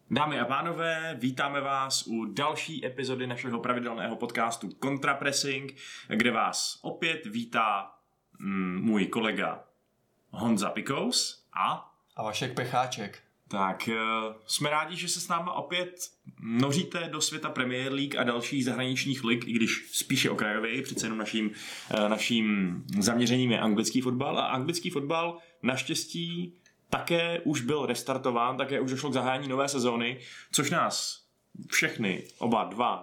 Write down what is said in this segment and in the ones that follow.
Dámy a pánové, vítáme vás u další epizody našeho pravidelného podcastu Contrapressing, kde vás opět vítá můj kolega Honza Pikous a Vašek Pecháček. Tak jsme rádi, že se s náma opět noříte do světa Premier League a dalších zahraničních lig, i když spíše okrajově, přece jenom naším zaměřením je anglický fotbal a anglický fotbal naštěstí také už byl restartován, také už došlo k zahájení nové sezóny, což nás všechny, oba dva,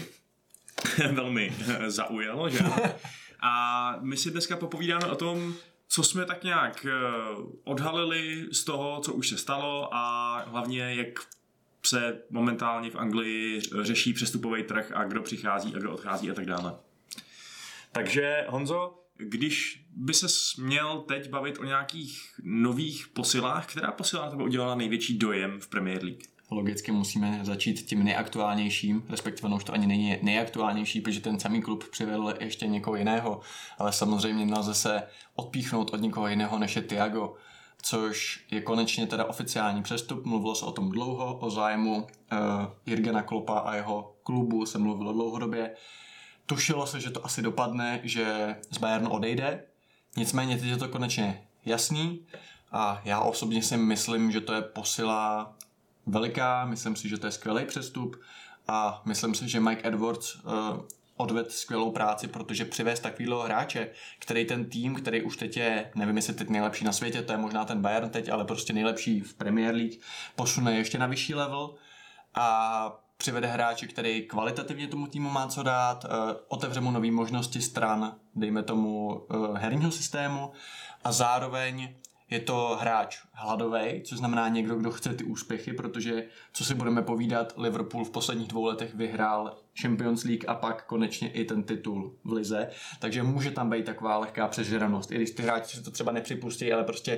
velmi zaujalo, že? A my si dneska popovídáme o tom, co jsme tak nějak odhalili z toho, co už se stalo a hlavně, jak se momentálně v Anglii řeší přestupový trh a kdo přichází a kdo odchází a tak dále. Takže Honzo, když by ses měl teď bavit o nějakých nových posilách, která posila na tebe udělala největší dojem v Premier League? Logicky musíme začít tím nejaktuálnějším, respektive už to ani není nejaktuálnější, protože ten samý klub přivedl ještě někoho jiného, ale samozřejmě nelze se odpíchnout od někoho jiného než je Thiago, což je konečně teda oficiální přestup. Mluvilo se o tom dlouho, o zájmu Jurgena Kloppa a jeho klubu se mluvilo dlouhodobě. Tušilo se, že to asi dopadne, že z Bayernu odejde, nicméně teď je to konečně jasný a já osobně si myslím, že to je posila veliká, myslím si, že to je skvělý přestup a myslím si, že Mike Edwards odvedl skvělou práci, protože přivést takovýhle hráče, který ten tým, který už teď je, nevím jestli teď nejlepší na světě, to je možná ten Bayern teď, ale prostě nejlepší v Premier League, posune ještě na vyšší level a přivede hráče, který kvalitativně tomu týmu má co dát, otevře mu nový možnosti stran, dejme tomu herního systému a zároveň je to hráč hladovej, což znamená někdo, kdo chce ty úspěchy, protože, co si budeme povídat, Liverpool v posledních 2 letech vyhrál Champions League a pak konečně i ten titul v lize, takže může tam být taková lehká přežranost, i když ty hráči si to třeba nepřipustí, ale prostě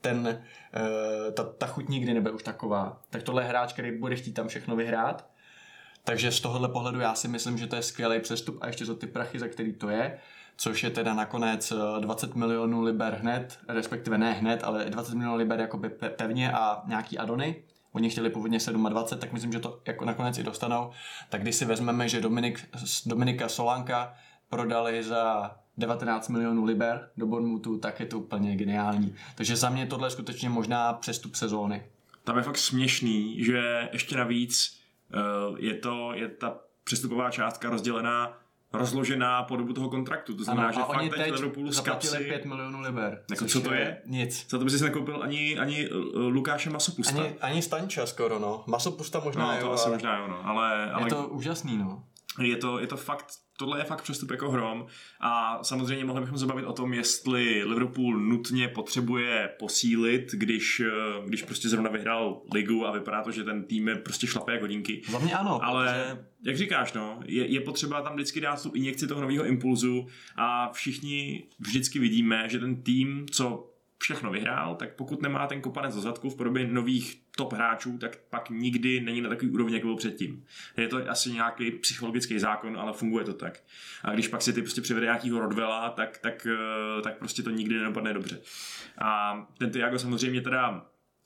ta chuť nikdy nebude už taková. Tak tohle je hráč, který bude chtít tam všechno vyhrát, takže z tohohle pohledu já si myslím, že to je skvělý přestup a ještě za ty prachy, za který to je, což je teda nakonec 20 milionů liber hned, respektive ne hned, ale 20 milionů liber jako pevně a nějaký adony. Oni chtěli původně 27, tak myslím, že to jako nakonec i dostanou. Tak když si vezmeme, že Dominika Solanka prodali za 19 milionů liber do Bournemouthu, tak je to úplně geniální. Takže za mě tohle je skutečně možná přestup sezóny. Tam je fakt směšný, že ještě navíc je ta přestupová částka rozložená po dobu toho kontraktu. To znamená, ano, že fakt teď Liverpoolu zaplatili 5 milionů liber. Jako co to je? Nic. Za to by si nekoupil ani Lukáše Masopusta. Ani Stanča skoro, no. Masopusta možná to asi možná jo, no. Ale je to úžasný, no. Je to fakt, tohle je fakt přestup jako hrom a samozřejmě mohli bychom se bavit o tom, jestli Liverpool nutně potřebuje posílit, když prostě zrovna vyhrál ligu a vypadá to, že ten tým je prostě šlape jak hodinky. Za mě ano. Ale protože jak říkáš, no, je potřeba tam vždycky dát tu injekci toho nového impulzu a všichni vždycky vidíme, že ten tým, co všechno vyhrál, tak pokud nemá ten kopanec do zadku v podobě nových top hráčů, tak pak nikdy není na takový úrovni, jak byl předtím. Je to asi nějaký psychologický zákon, ale funguje to tak. A když pak si ty prostě přivede nějakýho Rodwella, tak prostě to nikdy nedopadne dobře. A ten Thiago samozřejmě teda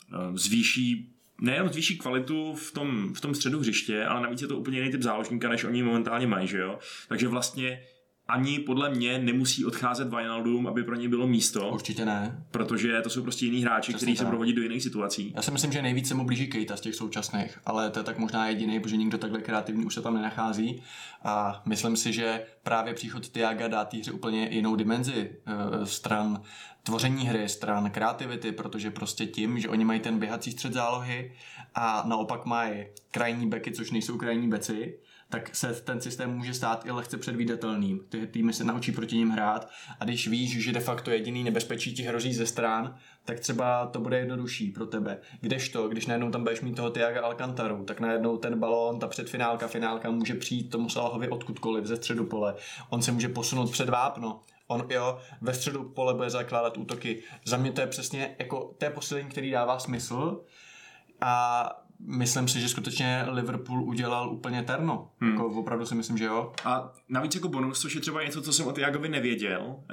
nejenom zvýší kvalitu v tom středu hřiště, ale navíc je to úplně jiný typ záložníka, než oni momentálně mají, že jo? Takže vlastně ani podle mě nemusí odcházet Wijnaldum, aby pro něj bylo místo. Určitě ne. Protože to jsou prostě jiní hráči, kteří se provodí do jiných situací. Já si myslím, že nejvíce mu blíží Keita z těch současných, ale to je tak možná jediný, protože nikdo takhle kreativní už se tam nenachází. A myslím si, že právě příchod Thiaga dá té hře úplně jinou dimenzi stran tvoření hry, stran kreativity, protože prostě tím, že oni mají ten běhací střed zálohy a naopak mají krajní beky, což nejsou krajní beci, tak se ten systém může stát i lehce předvídatelným. Ty týmy se naučí proti ním hrát a když víš, že de facto jediný nebezpečí ti hrozí ze stran, tak třeba to bude jednodušší pro tebe. Kdežto, když najednou tam budeš mít toho Thiaga Alcantaru, tak najednou ten balón, ta finálka může přijít tomu Salahovi odkudkoliv ze středu pole. On se může posunout před vápno. On ve středu pole bude zakládat útoky. Za mě to je přesně jako té posílení, který dává smysl a myslím si, že skutečně Liverpool udělal úplně terno. Jako opravdu si myslím, že jo. A navíc jako bonus, což je třeba něco, co jsem o Thiagovi nevěděl,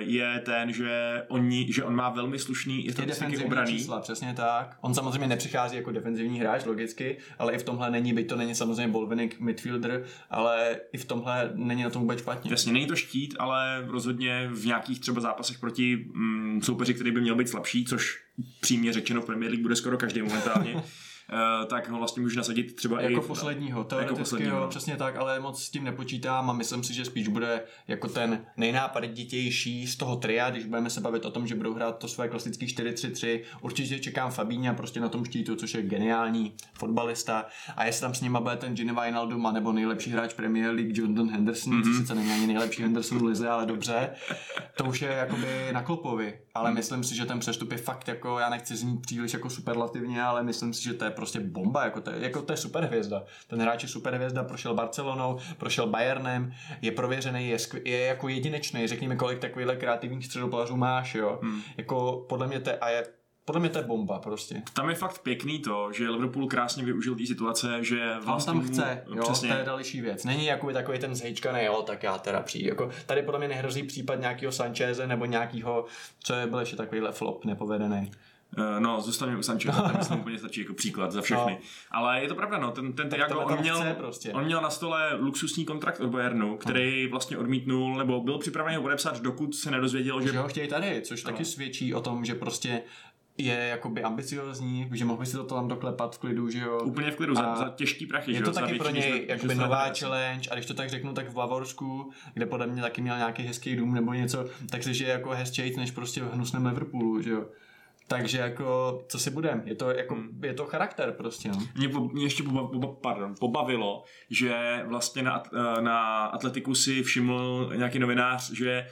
je ten, že on má velmi slušný i statistiky obraný. Čísla, přesně tak. On samozřejmě nepřichází jako defenzivní hráč, logicky, ale i v tomhle není, byť to není samozřejmě ballwinning midfielder, ale i v tomhle není na tom vůbec špatně. Jasně, není to štít, ale rozhodně v nějakých třeba zápasech proti soupeři, který by měl být slabší, což přímě řečeno v Premier League bude skoro každý momentálně. Tak ho vlastně můžu nasadit třeba jako posledního, teoreticky jo, přesně tak, ale moc s tím nepočítám a myslím si, že spíš bude jako ten nejnápaditější z toho tria, když budeme se bavit o tom, že budou hrát to své klasické 4-3-3. Určitě čekám Fabíňa prostě na tom štítu, což je geniální fotbalista, a jestli tam s nima bude ten Gini Wijnaldum nebo nejlepší hráč Premier League Jordan Henderson, což sice není ani nejlepší Henderson v lize, ale dobře, to už je jakoby na Kloppovi, ale myslím si, že ten přestup je fakt jako, já nechci znít příliš jako superlativně, ale myslím si, že to je prostě bomba, jako to je superhvězda. Ten hráč je superhvězda, prošel Barcelonou, prošel Bayernem, je prověřený, je jako jedinečný, řekněme, kolik takovýchhle kreativních středoplařů máš, jo. Jako podle mě to je bomba prostě. Tam je fakt pěkný to, že Liverpool krásně využil té situace, že vlastně on tam chce, jo, přesně. To je další věc. Není jakoby takový ten zhejčkaný, jo, tak já teda přijdu. Jako, tady podle mě nehrozí případ nějakého Sancheze nebo nějakého, co je byl ještě takovýhle flop nepovedený. No, zůstaneme u Sancheza, to myslím úplně stačí jako příklad za všechny. No. Ale je to pravda, no, ten Thiago, on měl na stole luxusní kontrakt od Bayernu, který vlastně odmítnul, nebo byl připravený ho podepsat, dokud se nedozvěděl, že ho chtějí tady, což taky svědčí o tom, že prostě je jakoby ambiciozní, že mohl by si to tam doklepat v klidu, že jo. Úplně v klidu, za těžký prachy, je že to taky pro něj jakoby nová challenge, a když to tak řeknu, tak v Bavorsku, kde podle mě taky měl nějaký hezký dům nebo něco, tak se žije jako hezčejc než prostě v hnusném Liverpoolu, že jo. Takže jako, co si budem, je to charakter prostě, no. Mě ještě pobavilo, že vlastně na Atletiku si všiml nějaký novinář, že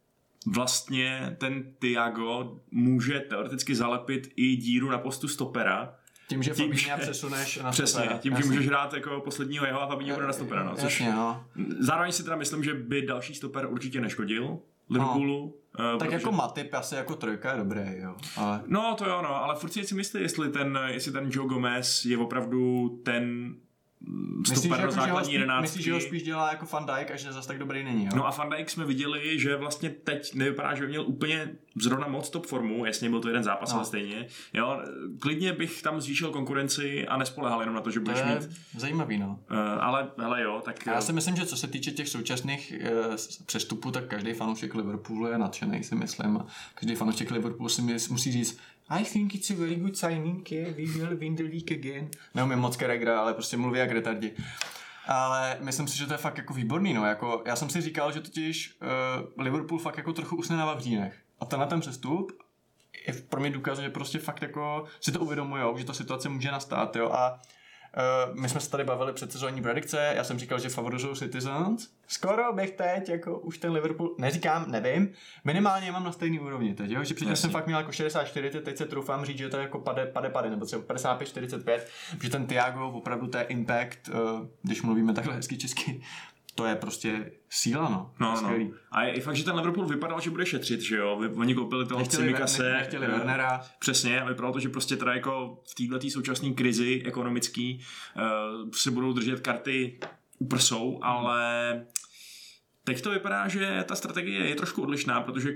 vlastně ten Thiago může teoreticky zalepit i díru na postu stopera. Tím, že Fabinha přesuneš na přesně, stopera. Tím, že můžeš hrát jako posledního jeho a Fabinha bude na stopera. No, což jasně, no. Zároveň si teda myslím, že by další stoper určitě neškodil Liverpoolu. Tak protože jako Matip asi jako trojka je dobrý, jo. Ale... No to jo, no, ale furt si myslí, jestli ten Joe Gomez je opravdu ten stoper do základní jedenáctky. Myslíš, že ho spíš dělá jako Van Dijk a že zase tak dobrý není, jo? No a Van Dijk jsme viděli, že vlastně teď nevypadá, že by měl úplně zrovna moc top formu, jasně byl to jeden zápas, ale stejně. Jo, klidně bych tam zvýšil konkurenci a nespolehal jenom na to, že budeš mít... zajímavý, no. Ale hele jo, tak... Já si myslím, že co se týče těch současných přestupů, tak každý fanoušek Liverpoolu je nadšený, si myslím. Každý fanoušek Liverpoolu si musí říct, I think it's a very good signing, we will win the league again. Neumím moc Carragera, ale prostě mluví jak retardi. Ale myslím si, že to je fakt jako výborný, no. Jako, já jsem si říkal, že totiž Liverpool fakt jako trochu usne na vavřínech. A tenhle ten přestup je pro mě důkaz, že prostě fakt jako si to uvědomujou, že ta situace může nastat, jo. A my jsme se tady bavili před sezónní predikce, já jsem říkal, že favorizují Citizens. Skoro bych teď, jako už ten Liverpool, neříkám, nevím, minimálně mám na stejný úrovni teď, jo? Že předtím jsem fakt měl jako 60-40, teď se troufám říct, že to je jako pade, nebo třeba 55-45, že ten Thiago opravdu to je impact, když mluvíme takhle hezky česky, to je prostě síla, no. No. A je fakt, že ten Liverpool vypadal, že bude šetřit, že jo. Oni koupili toho Cimikase. Nechtěli Wernera. Přesně, a vypadalo to, že prostě teda jako v této současné krizi ekonomický se budou držet karty u prsou, ale teď to vypadá, že ta strategie je trošku odlišná, protože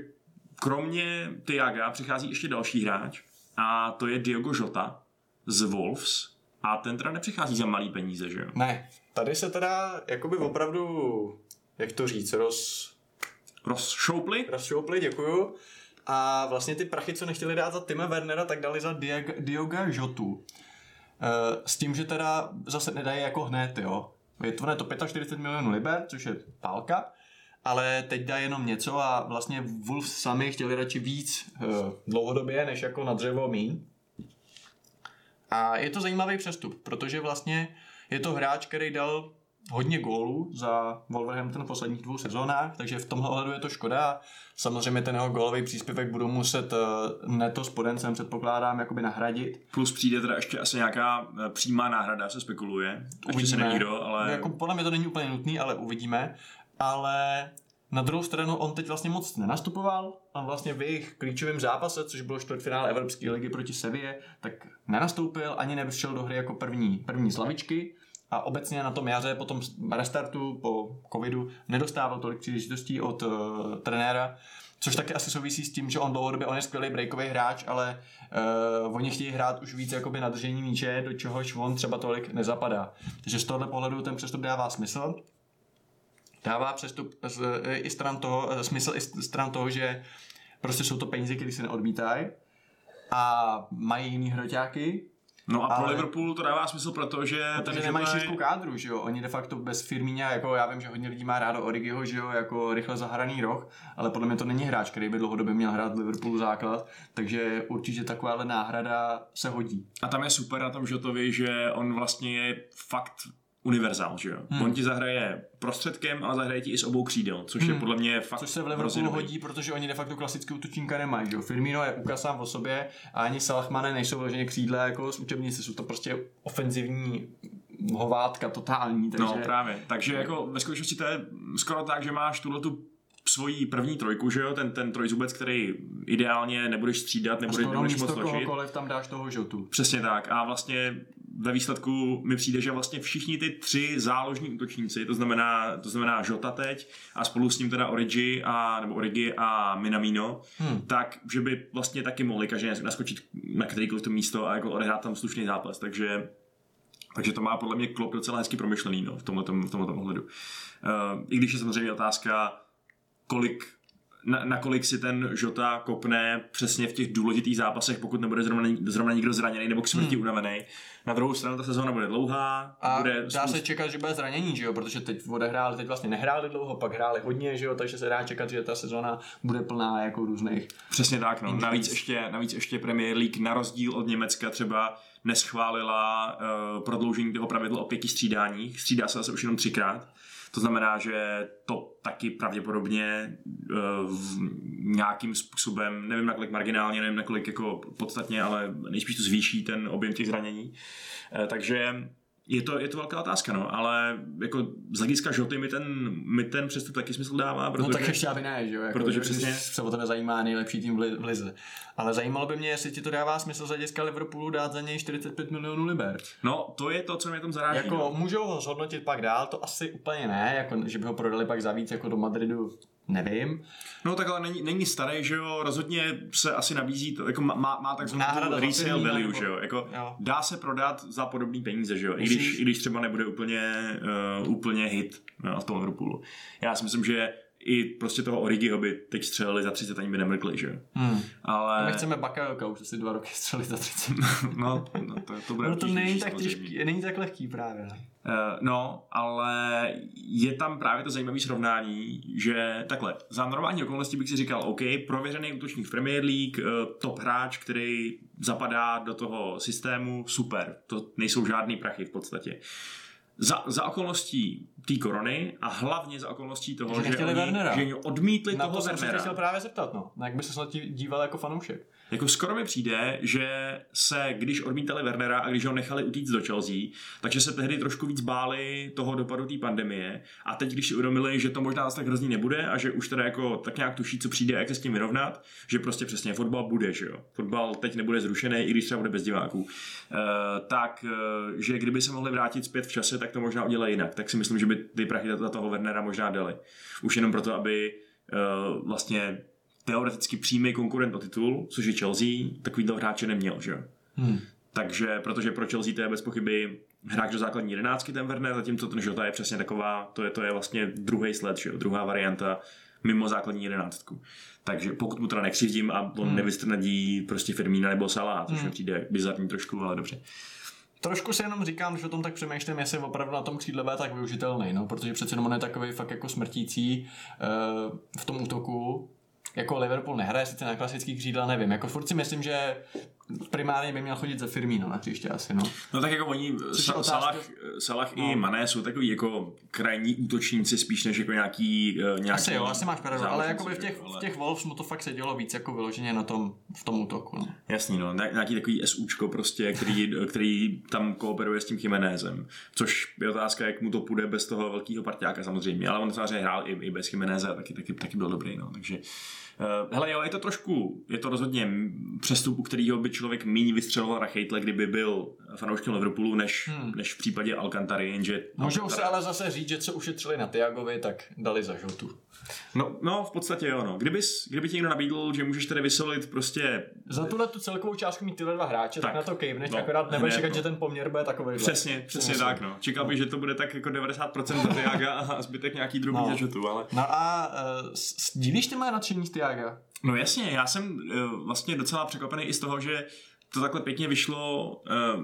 kromě Thiaga přichází ještě další hráč a to je Diogo Jota z Wolves a ten teda nepřichází za malý peníze, že jo. Ne. Tady se teda jakoby opravdu, jak to říct, rozšoupli, děkuju. A vlastně ty prachy, co nechtěli dát za Tima Wernera, tak dali za Dioga Jotu. S tím, že teda zase nedají jako hned, jo. Je to 45 milionů liber, což je pálka, ale teď dá jenom něco a vlastně Wolves sami chtěli radši víc dlouhodobě, než jako na dřevo míň. A je to zajímavý přestup, protože vlastně je to hráč, který dal hodně gólů za Wolverhampton v posledních 2 sezónách, takže v tomhle ohledu je to škoda. Samozřejmě ten jeho gólový příspěvek budou muset Neto s Podencem, předpokládám, jakoby nahradit. Plus přijde teda ještě asi nějaká přímá náhrada, se spekuluje. Ještě se neví kdo, ale... Jako podle mě to není úplně nutný, ale uvidíme. Ale na druhou stranu on teď vlastně moc nenastupoval. On vlastně v jejich klíčovém zápase, což bylo čtvrtfinále Evropské ligy proti Seville, tak nenastoupil, ani nevyšel do hry jako první z lavičky. A obecně na tom jaře po tom restartu, po covidu, nedostával tolik příležitostí od trenéra. Což taky asi souvisí s tím, že on dlouhodobě on je skvělý breakový hráč, ale oni chtějí hrát už víc jakoby na držení míče, do čehož on třeba tolik nezapadá. Takže z tohohle pohledu ten přestup dává smysl. Dává přestup i stran toho, smysl i stran toho, že prostě jsou to peníze, které se neodmítají a mají jiný hroťáky. No a pro Liverpool to dává smysl, protože nemají šířku kádru, že jo, oni de facto bez Firmína, jako já vím, že hodně lidí má rádo Origiho, že jo, jako rychle zahraný roh, ale podle mě to není hráč, který by dlouhodobě měl hrát v Liverpoolu základ, takže určitě takováhle náhrada se hodí. A tam je super na tom Jotovi, že on vlastně je fakt univerzál, že jo. On ti zahraje prostředkem, ale zahraje ti i z obou křídel, což je podle mě fakt. Což se v Liverpoolu hodí, protože oni de facto klasický útočníka nemají, že jo. Firmino je ukaz sám o sobě a ani Salah Mané nejsou vloženě křídla jako z učebnice, jsou to prostě ofenzivní hovátka totální, takže... No právě, takže jako ve skutečnosti to je skoro tak, že máš tuhletu svoji první trojku, že jo, ten trojzubec, který ideálně nebudeš střídat, nebudeš moc tlačit. Kohokoliv tam dáš toho Jotu. Přesně tak a vlastně ve výsledku mi přijde, že vlastně všichni ty tři záložní útočníci, to znamená Jota teď a spolu s ním teda Origi a Minamino, tak, že by vlastně taky mohli každý naskočit na kterýkoliv to místo a jako odehrát tam slušný zápas, takže to má podle mě Klopp docela hezky promyšlený, no, v tomto ohledu. I když je samozřejmě otázka, na kolik si ten Jota kopne přesně v těch důležitých zápasech, pokud nebude zrovna nikdo zraněný nebo k smrti unavený. Na druhou stranu ta sezóna bude dlouhá. A dá se čekat, že bude zranění, že jo? Protože teď vlastně nehráli dlouho, pak hráli hodně, že jo? Takže se dá čekat, že ta sezóna bude plná jako různých. Přesně tak, no. Navíc ještě Premier League na rozdíl od Německa třeba neschválila prodloužení toho pravidla o 5 střídáních. Střídá se zase už jenom 3krát. To znamená, že to taky pravděpodobně nějakým způsobem, nevím nakolik marginálně, nevím nakolik jako podstatně, ale nejspíš to zvýší ten objem těch zranění. Takže je to velká otázka, no, ale jako z hlediska Joty mi ten přestup taky smysl dává, protože... No tak ještě aby ne, že jo, jako, protože přesně se o to nezajímá nejlepší tým v lize. Ale zajímalo by mě, jestli ti to dává smysl z hlediska Liverpoolu dát za něj 45 milionů liber. No, to je to, co mě tam zaráží. Jako no. Můžou ho zhodnotit pak dál, to asi úplně ne, jako že by ho prodali pak za víc jako do Madridu, nevím. No tak ale není starý, že jo, rozhodně se asi nabízí to, jako má takzvanou resale value, nebo, že jo, jako jo. Dá se prodat za podobný peníze, že jo, i když třeba nebude úplně hit v tom Liverpoolu. Já si myslím, že i prostě toho Origiho by teď střelili za 30 ani by nemrkli, že jo. Ale... My chceme Bakayoka už asi 2 roky střelit za 30. no to bude to není tak lehký právě. No, ale je tam právě to zajímavé srovnání, že takhle, za normální okolnosti bych si říkal, OK, prověřený útočník v Premier League, top hráč, který zapadá do toho systému, super, to nejsou žádný prachy v podstatě. Za okolností té korony a hlavně za okolností toho, že oni odmítli na toho Wernera. Na to jsem se chtěl právě zeptat, no. Jak by se snad díval jako fanoušek? Jako skoro mi přijde, že se, když odmítali Wernera a když ho nechali utíct do Chelsea, takže se tehdy trošku víc báli toho dopadu té pandemie a teď, když si uvědomili, že to možná tak hrozný nebude a že už teda jako tak nějak tuší, co přijde a jak se s tím vyrovnat, že prostě přesně fotbal bude, že jo. Fotbal teď nebude zrušený, i když třeba bude bez diváků. Takže kdyby se mohli vrátit zpět v čase, tak to možná udělají jinak. Tak si myslím, že by ty prachy za toho Wernera možná dali. Už jenom proto, aby vlastně teoreticky přímý konkurent o titul, což je Chelsea, takovýhle hráče neměl, že jo. Takže, protože pro Chelsea to je bez pochyby hráč do základní 11, ten Werner, zatímco ten Jota je přesně taková, to je vlastně druhý sled, že jo, druhá varianta mimo základní 11. Takže pokud mu teda nekřivdím a on nevystrnadí prostě Firmína nebo Salah, což mi přijde bizarní trošku, ale dobře. Trošku si jenom říkám, že o tom tak přemýšlím, jestli opravdu na tom křídle bude tak využitelný, no, protože přece jenom on je takový fakt jako smrtící v tom útoku. Jako Liverpool nehraje sice na klasických křídla, nevím. Jako furt si myslím, že primárně by měl chodit za Firmino na příště asi, no. No tak jako oni, Salah i Mané jsou takový jako krajní útočníci spíš než jako nějaký asi jo, asi máš pravdu, ale jako v těch Wolves mu to fakt sedělo víc jako vyloženě v tom útoku, no. Jasný, no, nějaký takový SUčko prostě, který tam kooperuje s tím Jiménezem, což je otázka, jak mu to půjde bez toho velkého parťáka samozřejmě, ale on samozřejmě hrál i bez Jiméneze, taky byl dobrý, no, takže Hele jo, je to rozhodně přestup, u kterého by člověk míň vystřeloval na hejtle, kdyby byl fanouškem Liverpoolu, než v případě Alcantary, jenže... Můžou se ale zase říct, že co ušetřili na Thiagovi, tak dali za Žotu. No, v podstatě jo, no. Kdyby ti někdo nabídl, že můžeš tady vysolit prostě... Za tu celkovou částku mít tyhle dva hráče, tak na to kejvneš, akorát nebude čekat, že ten poměr bude takový. Přesně tak, no. Čekal bych, že to bude tak jako 90% za Thiaga a zbytek nějaký druhý za Žotu, ale... No a dílíš ty moje nadšení z Thiaga? No jasně, já jsem vlastně docela překvapený i z toho, že to takhle pěkně vyšlo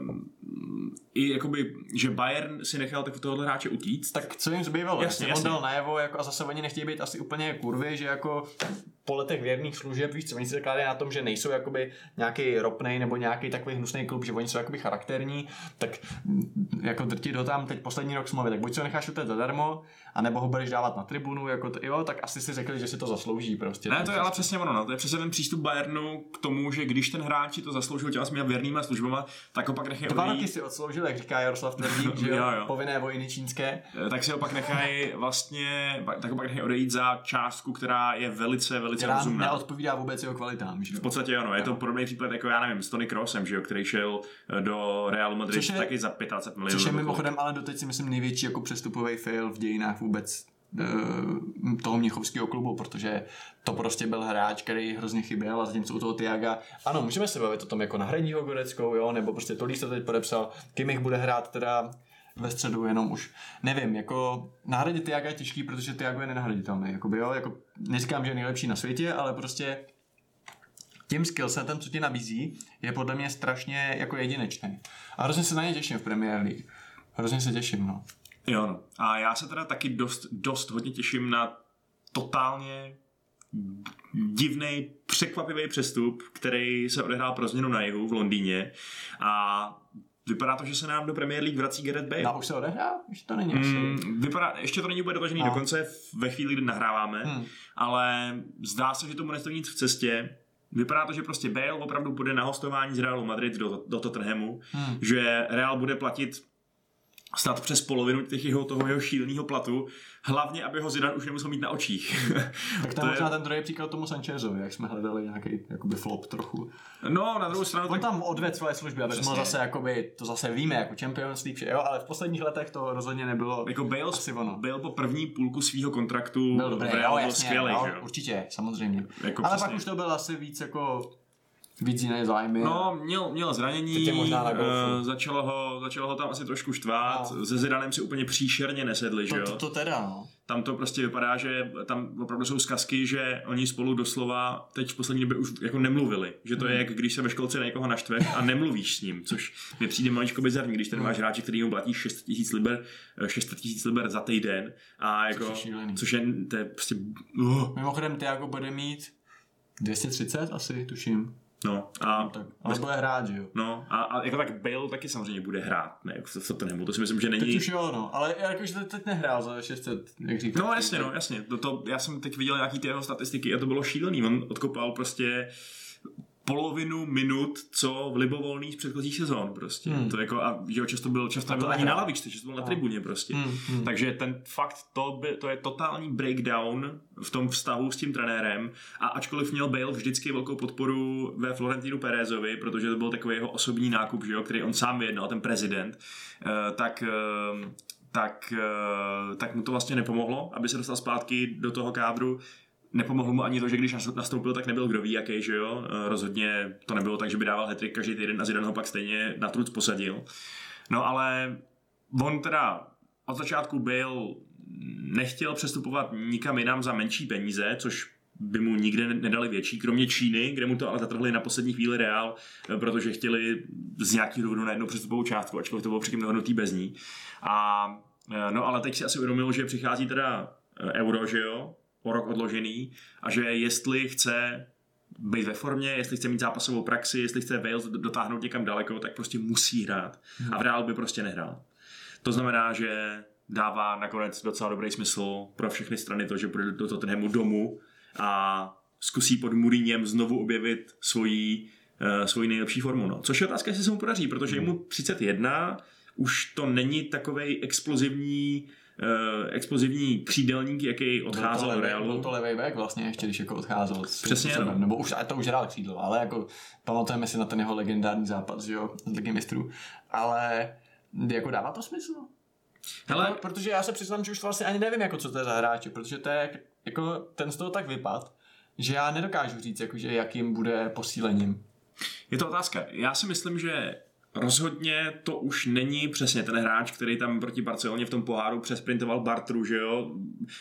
i jakoby, že Bayern si nechal tohohle hráče utíct. Tak co jim zbývalo? Jasně. On dal najevo jako, a zase oni nechtějí být asi úplně kurvy, že jako po letech věrných služeb, víš co, oni se zakládají na tom, že nejsou jakoby nějaký ropnej nebo nějaký takový hnusný klub, že oni jsou jakoby charakterní, tak jako drtit ho tam teď poslední rok smlouvy, tak buď se ho necháš utéct zadarmo, anebo ho budeš dávat na tribunu, jako jo, tak asi si řekli, že si to zaslouží prostě. Ne, to je ale přesně ono, no. To je přesně ten přístup Bayernu k tomu, že když ten hráč to zasloužil těma svými věrnýma službama, tak ho pak nechají odejít. 2 roky si odsloužil, jak říká Jaroslav Tvrdík, že jo, povinné vojny čínské. Tak si ho pak nechají odejít za částku, která je velice rozumná. Neodpovídá vůbec jeho kvalitám, že jo. V podstatě ano, je to podobný případ jako já nevím, s Tony Kroosem, že jo, který šel do Realu Madrid taky za 25 milionů. Což je mimochodem ale doteď si myslím největší jako přestupový fail v dějinách vůbec toho mnichovského klubu, protože to prostě byl hráč, který hrozně chyběl a zatímco u toho Thiaga, ano, můžeme se bavit o tom jako nahradí ho Goreckou, jo, nebo prostě Tolí se teď podepsal, Kimmich bude hrát teda ve středu, jenom už nevím, jako nahradit Thiaga je těžký, protože Thiago je nenahraditelný, jakoby, jo, jako neříkám, že je nejlepší na světě, ale prostě tím skillsetem, co ti nabízí, je podle mě strašně jako jedinečný. A hrozně se na ně těším v Premier League. Hrozně se těším, no. Jo, no. A já se teda taky dost hodně těším na totálně divný, překvapivý přestup, který se odehrál pro změnu na jihu v Londýně a vypadá to, že se nám do Premier League vrací Gareth Bale. No, už se odehrál? Ještě to není ještě to není úplně dotažený dokonce ve chvíli, kdy nahráváme, ale zdá se, že tomu nestojí nic v cestě. Vypadá to, že prostě Bale opravdu bude na hostování z Realu Madrid do Tottenhamu, že Real bude platit snad přes polovinu toho jeho šíleného platu, hlavně, aby ho Zidane už nemusel mít na očích. Tak tam možná ten druhý příklad tomu Sanchezovi, jak jsme hledali nějaký jakoby flop trochu. No, na druhou stranu... On tam odvedl svoje služby, aby jsme zase jakoby, to zase víme, jako Champions League, jo, ale v posledních letech to rozhodně nebylo jako Bale po první půlku svýho kontraktu byl dobrý, byl skvělý, jo, určitě, samozřejmě. Jako ale pak už to byl asi víc jako víc jiné zájmy. No, měl zranění, začalo ho tam asi trošku štvát, se Zidanem si úplně příšerně nesedli, že jo? To teda, no. Tam to prostě vypadá, že tam opravdu jsou zkazky, že oni spolu doslova teď v poslední době už jako nemluvili. Že to je, jak když se ve školce na někoho naštveš a nemluvíš s ním, což mi přijde maličko bizarní, když ten máš hráče, který mu platí 600 000 liber za týden a jako, což je prostě... Mimochodem Thiago bude mít 230 asi, tuším. No, ale bude hrát, že jo? No, a jako tak Bale taky samozřejmě bude hrát, ne, v Tottenhamu, to si myslím, že není... Teď už jo, no, ale jakože teď nehrál za 600, jak říkáš. No, jasně, já jsem teď viděl nějaký ty jeho statistiky a to bylo šílený, on odkopal prostě polovinu minut, co v libovolných z předchozích sezón prostě. To jako, a že často byl ani na lavičce, často byl na tribuně prostě. Takže ten fakt, to je totální breakdown v tom vztahu s tím trenérem a ačkoliv měl Bale vždycky velkou podporu ve Florentinu Pérezovi, protože to byl takový jeho osobní nákup, že jo, který on sám vyjednal, ten prezident, tak mu to vlastně nepomohlo, aby se dostal zpátky do toho kádru. Nepomohlo mu ani to, že když nastoupil, tak nebyl kdo ví jaký, že jo. Rozhodně to nebylo tak, že by dával hat-trick každý týden a Zidane ho pak stejně na truc posadil. No ale on teda od začátku nechtěl přestupovat nikam jinam za menší peníze, což by mu nikde nedali větší, kromě Číny, kde mu to ale zatrhli na poslední chvíli Real, protože chtěli z nějakých důvodů na jednu přestupovou částku, ačkoliv to bylo předtím dohodnutý bez ní. No ale teď si asi uvědomil, že přichází teda euro, že jo, o rok odložený a že jestli chce být ve formě, jestli chce mít zápasovou praxi, jestli chce Wales dotáhnout někam daleko, tak prostě musí hrát. A v Real by prostě nehrál. To znamená, že dává nakonec docela dobrý smysl pro všechny strany to, že půjde do Tottenhamu domů a zkusí pod Mourinhem znovu objevit svoji nejlepší formu. No. Což je otázka, jestli se mu podaří, protože je mu 31, už to není takovej explozivní explozivní křídelník, jaký odcházel do Realu. Byl to levej back vlastně ještě, když jako odcházel. Přesně, no. Nebo už to už hrál křídlo, ale jako pamatujeme si na ten jeho legendární zápas, že jo, z Ligy mistrů. Ale jako dává to smysl? Hele, jako, protože já se přiznám, že už vlastně ani nevím, jako co to je za hráče, protože to je jako ten z toho tak vypad, že já nedokážu říct, jakože jakým bude posílením. Je to otázka. Já si myslím, že rozhodně to už není přesně ten hráč, který tam proti Barceloně v tom poháru přesprintoval Bartru, že jo,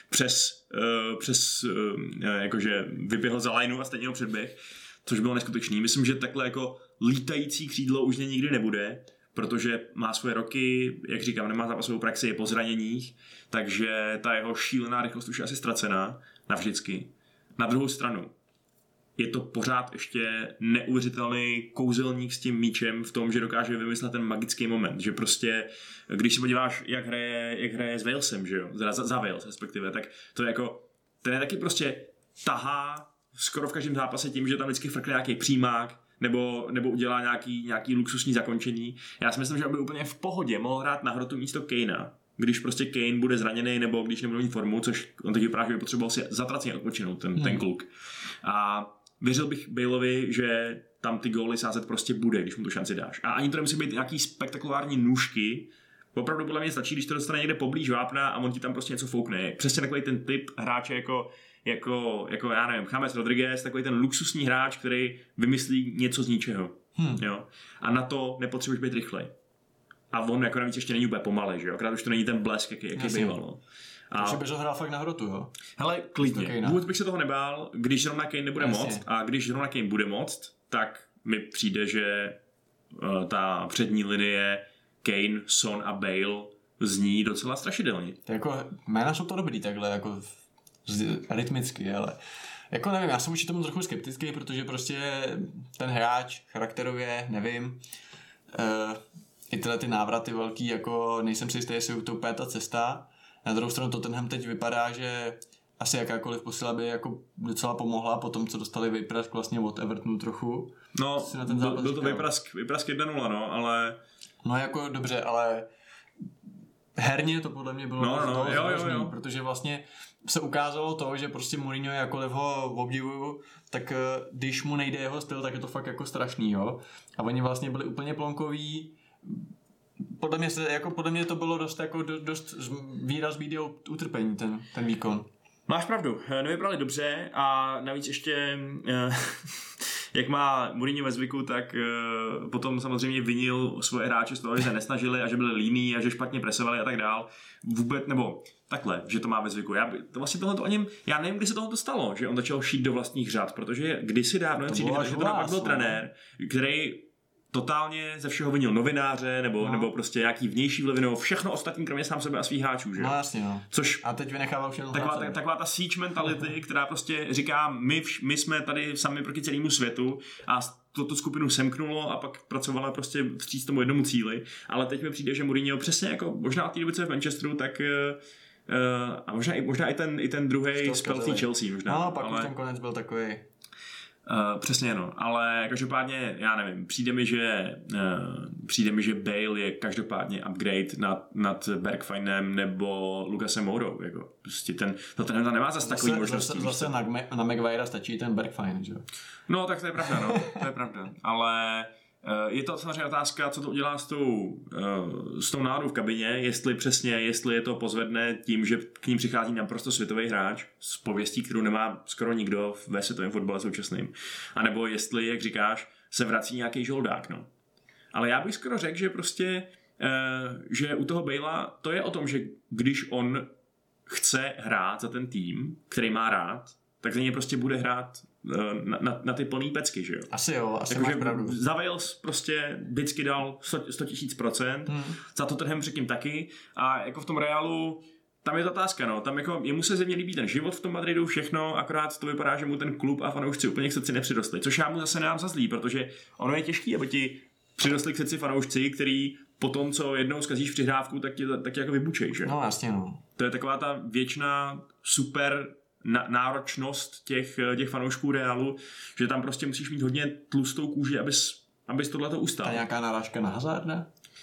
jakože vyběhl za lineu a stejně ho předběh, což bylo neskutečný. Myslím, že takhle jako lítající křídlo už nikdy nebude, protože má svoje roky, jak říkám, nemá zápasovou praxi, je po zraněních, takže ta jeho šílená rychlost už je asi ztracená navždycky. Na druhou stranu, je to pořád ještě neuvěřitelný kouzelník s tím míčem v tom, že dokáže vymyslet ten magický moment, že prostě, když se podíváš, jak hraje s Walesem, že jo, za Wales respektive, tak to je jako, ten je taky prostě tahá skoro v každém zápase tím, že tam vždycky frkne nějaký přímák, nebo udělá nějaký luxusní zakončení. Já si myslím, že on by úplně v pohodě mohl hrát na hrotu místo Kanea, když prostě Kane bude zraněný nebo když nebude mít formu, což on teď vypadá, že by potřeboval si zatraceně odpočinout ten kluk. A věřil bych Baleovi, že tam ty góly sázet prostě bude, když mu tu šanci dáš. A ani to nemusí být nějaký spektakulární nůžky. Opravdu podle mě stačí, když to dostane někde poblíž vápna a on ti tam prostě něco foukne. Přesně takový ten typ hráče jako já nevím, James Rodriguez, takový ten luxusní hráč, který vymyslí něco z ničeho. Jo? A na to nepotřebuješ být rychlej. A on jako navíc ještě není úplně pomalej, že jo? Akorát už to není ten blesk, jaký býval. No. Takže bys ho hrál fakt na hrotu, jo? Hele, klidně. Vůbec bych se toho nebál, když zrovna Kane nebude moct. A když zrovna Kane bude moct, tak mi přijde, že ta přední linie Kane, Son a Bale zní docela strašidelně. Jako jména jsou to dobrý takhle, jako rytmicky, ale jako nevím, já jsem určitě tomu trochu skeptický, protože prostě ten hráč charakterově, nevím, i tyhle ty návraty velký, jako nejsem si jistý, jestli to úplně ta cesta. Na druhou stranu Tottenham teď vypadá, že asi jakákoliv posila by jako docela pomohla po tom, co dostali vyprask vlastně od Evertonu trochu. No, byl to vyprask 1-0, no, ale... No jako dobře, ale herně to podle mě bylo jo. Protože vlastně se ukázalo to, že prostě Mourinho, jakkoliv ho obdivuju, tak když mu nejde jeho styl, tak je to fakt jako strašný, jo. A oni vlastně byli úplně plonkoví. Podle mě to bylo dost výraz bídy utrpení, ten výkon. Máš pravdu, nevypadali dobře a navíc ještě jak má Mourinho ve zvyku, tak potom samozřejmě vinil svoje hráče z toho, že se nesnažili a že byli líní a že špatně presovali a tak dál. Vůbec, nebo takhle, že to má ve zvyku. Já nevím, kdy se tohle stalo, že on začal šít do vlastních řad, protože kdysi dávno byl trenér, který totálně ze všeho vinil novináře nebo prostě nějaký vnější vlivy nebo všechno ostatní, kromě sám sebe a svých hráčů, že? No jasně, no. Což a teď vynechával všechno. Taková ta siege mentality, která prostě říká, my jsme tady sami proti celému světu a tu skupinu semknulo a pak pracovala prostě vstříc tomu jednomu cíli, ale teď mi přijde, že Mourinho přesně jako možná té doby, co je v Manchesteru, tak a možná i ten druhý spell v Chelsea možná. No, pak už ten konec byl takový. Přesně no, ale každopádně já nevím, přijde mi, že Bale je každopádně upgrade nad Bergwijnem nebo Lucasem Mourou, jako prostě ten nemá zase takový možností. Zase na Maguirea stačí ten Bergwijn, že jo? No tak to je pravda, no, to je pravda, ale je to samozřejmě otázka, co to udělá s tou náladou v kabině, jestli je to pozvedne tím, že k ním přichází naprosto světový hráč s pověstí, kterou nemá skoro nikdo ve světovém fotbale současným, anebo jestli, jak říkáš, se vrací nějaký žoldák, no. Ale já bych skoro řekl, že prostě, že u toho Balea to je o tom, že když on chce hrát za ten tým, který má rád, tak za něj prostě bude hrát na ty plný pecky, že jo? Asi jako, máš pravdu. Za Wales prostě vždycky dal 100 000%, za Tottenham předtím taky a jako v tom Realu tam je to otázka, no, tam jako jemu se zřejmě líbí ten život v tom Madridu, všechno, akorát to vypadá, že mu ten klub a fanoušci úplně k srdci nepřirostli, což já mu zase nemám za zlý, protože ono je těžký, aby ti přirostli k srdci fanoušci, který po tom, co jednou zkazíš přihrávku, tak tě jako vybučej, že? No jasně, no. To je taková ta věčná super náročnost těch fanoušků Realu, že tam prostě musíš mít hodně tlustou kůži, abys tohleto ustál. A nějaká narážka na Hazarda?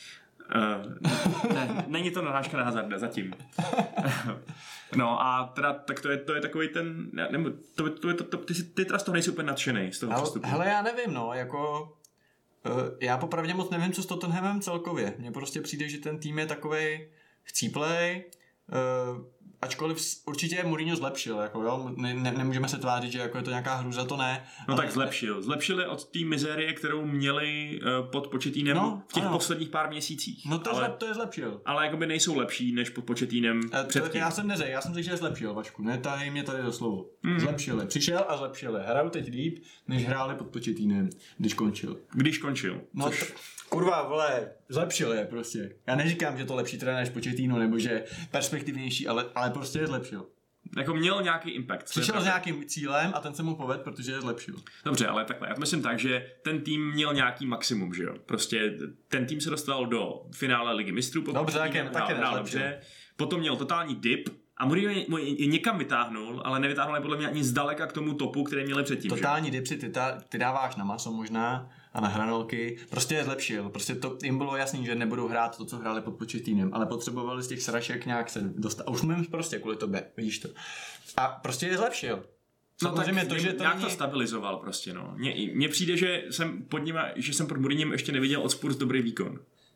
Ne, není to narážka na Hazarda zatím. No a teda, tak to je takový ten, nebo ty teda z toho nejsi úplně nadšenej, z toho přístupu. Hele, já nevím, jako já popravdě moc nevím, co s Tottenhamem celkově. Mně prostě přijde, že ten tým je takovej chcíplej, ačkoliv určitě Mourinho zlepšil, jako jo, nemůžeme se tvářit, že jako je to nějaká hruza, to ne. No tak zlepšili od té mizérie, kterou měli pod Početínem v těch posledních pár měsících. No to je zlepšil. Ale jakoby nejsou lepší než pod Početínem předtím. Já jsem řekl, že je zlepšil, Vašku, netahej mě tady do slovo. Zlepšili, přišel a zlepšili. Hrajou teď líp, než hráli pod Početínem, když končil. No což... Kurva, vole, zlepšil je prostě. Já neříkám, že to lepší trenér než Pochettino, nebo že perspektivnější, ale prostě je zlepšil. Jako měl nějaký impact. Přišel s nějakým cílem a ten se mu povedl, protože je zlepšil. Dobře, ale takhle, já to myslím tak, že ten tým měl nějaký maximum, že jo? Prostě ten tým se dostal do finále Ligy mistrů. Dobře, taky dobře. Potom měl totální dip a Mourinho je někam vytáhnul, ale nevytáhnul je podle mě ani zdaleka k tomu topu, který měli předtím. Totální dip si ty dáváš na maso možná a na hranolky. Prostě je zlepšil. Prostě to jim bylo jasný, že nebudou hrát to, co hráli pod Početínem, ale potřebovali z těch sraček nějak se dostat. A už mluvím prostě kvůli tobě, vidíš to. A prostě je zlepšil. No tak to, že to nějak to stabilizoval prostě, no. Mně přijde, že jsem pod Mourinhem ještě neviděl od Spurs dobrý výkon.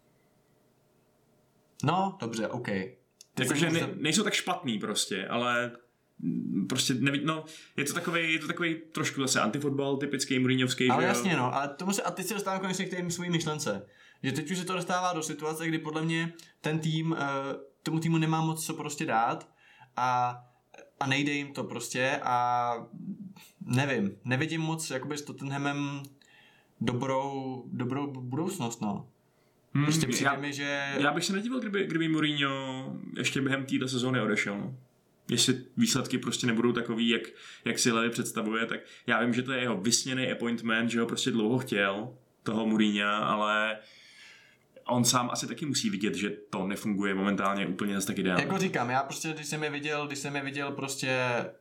No, dobře, OK. Jakože nejsou tak špatný prostě, ale prostě je to takový trošku zase antifotbal, typický Mourinhovský. Ale jasně, no, ale a teď se dostávám konečně k té svojí myšlence. Že teď už se to dostává do situace, kdy podle mě ten tým, tomu týmu nemá moc co prostě dát a nejde jim to prostě a nevím, nevidím moc jakoby s Tottenhamem dobrou budoucnost, no. Prostě přijde mi, že... Já bych se nedíval, kdyby Mourinho ještě během této sezóny odešel, no. Jestli výsledky prostě nebudou takový, jak si Levy představuje, tak já vím, že to je jeho vysněný appointment, že ho prostě dlouho chtěl, toho Mourinha, ale on sám asi taky musí vidět, že to nefunguje momentálně úplně zase tak ideálně. Jako říkám, já prostě, když jsem je viděl prostě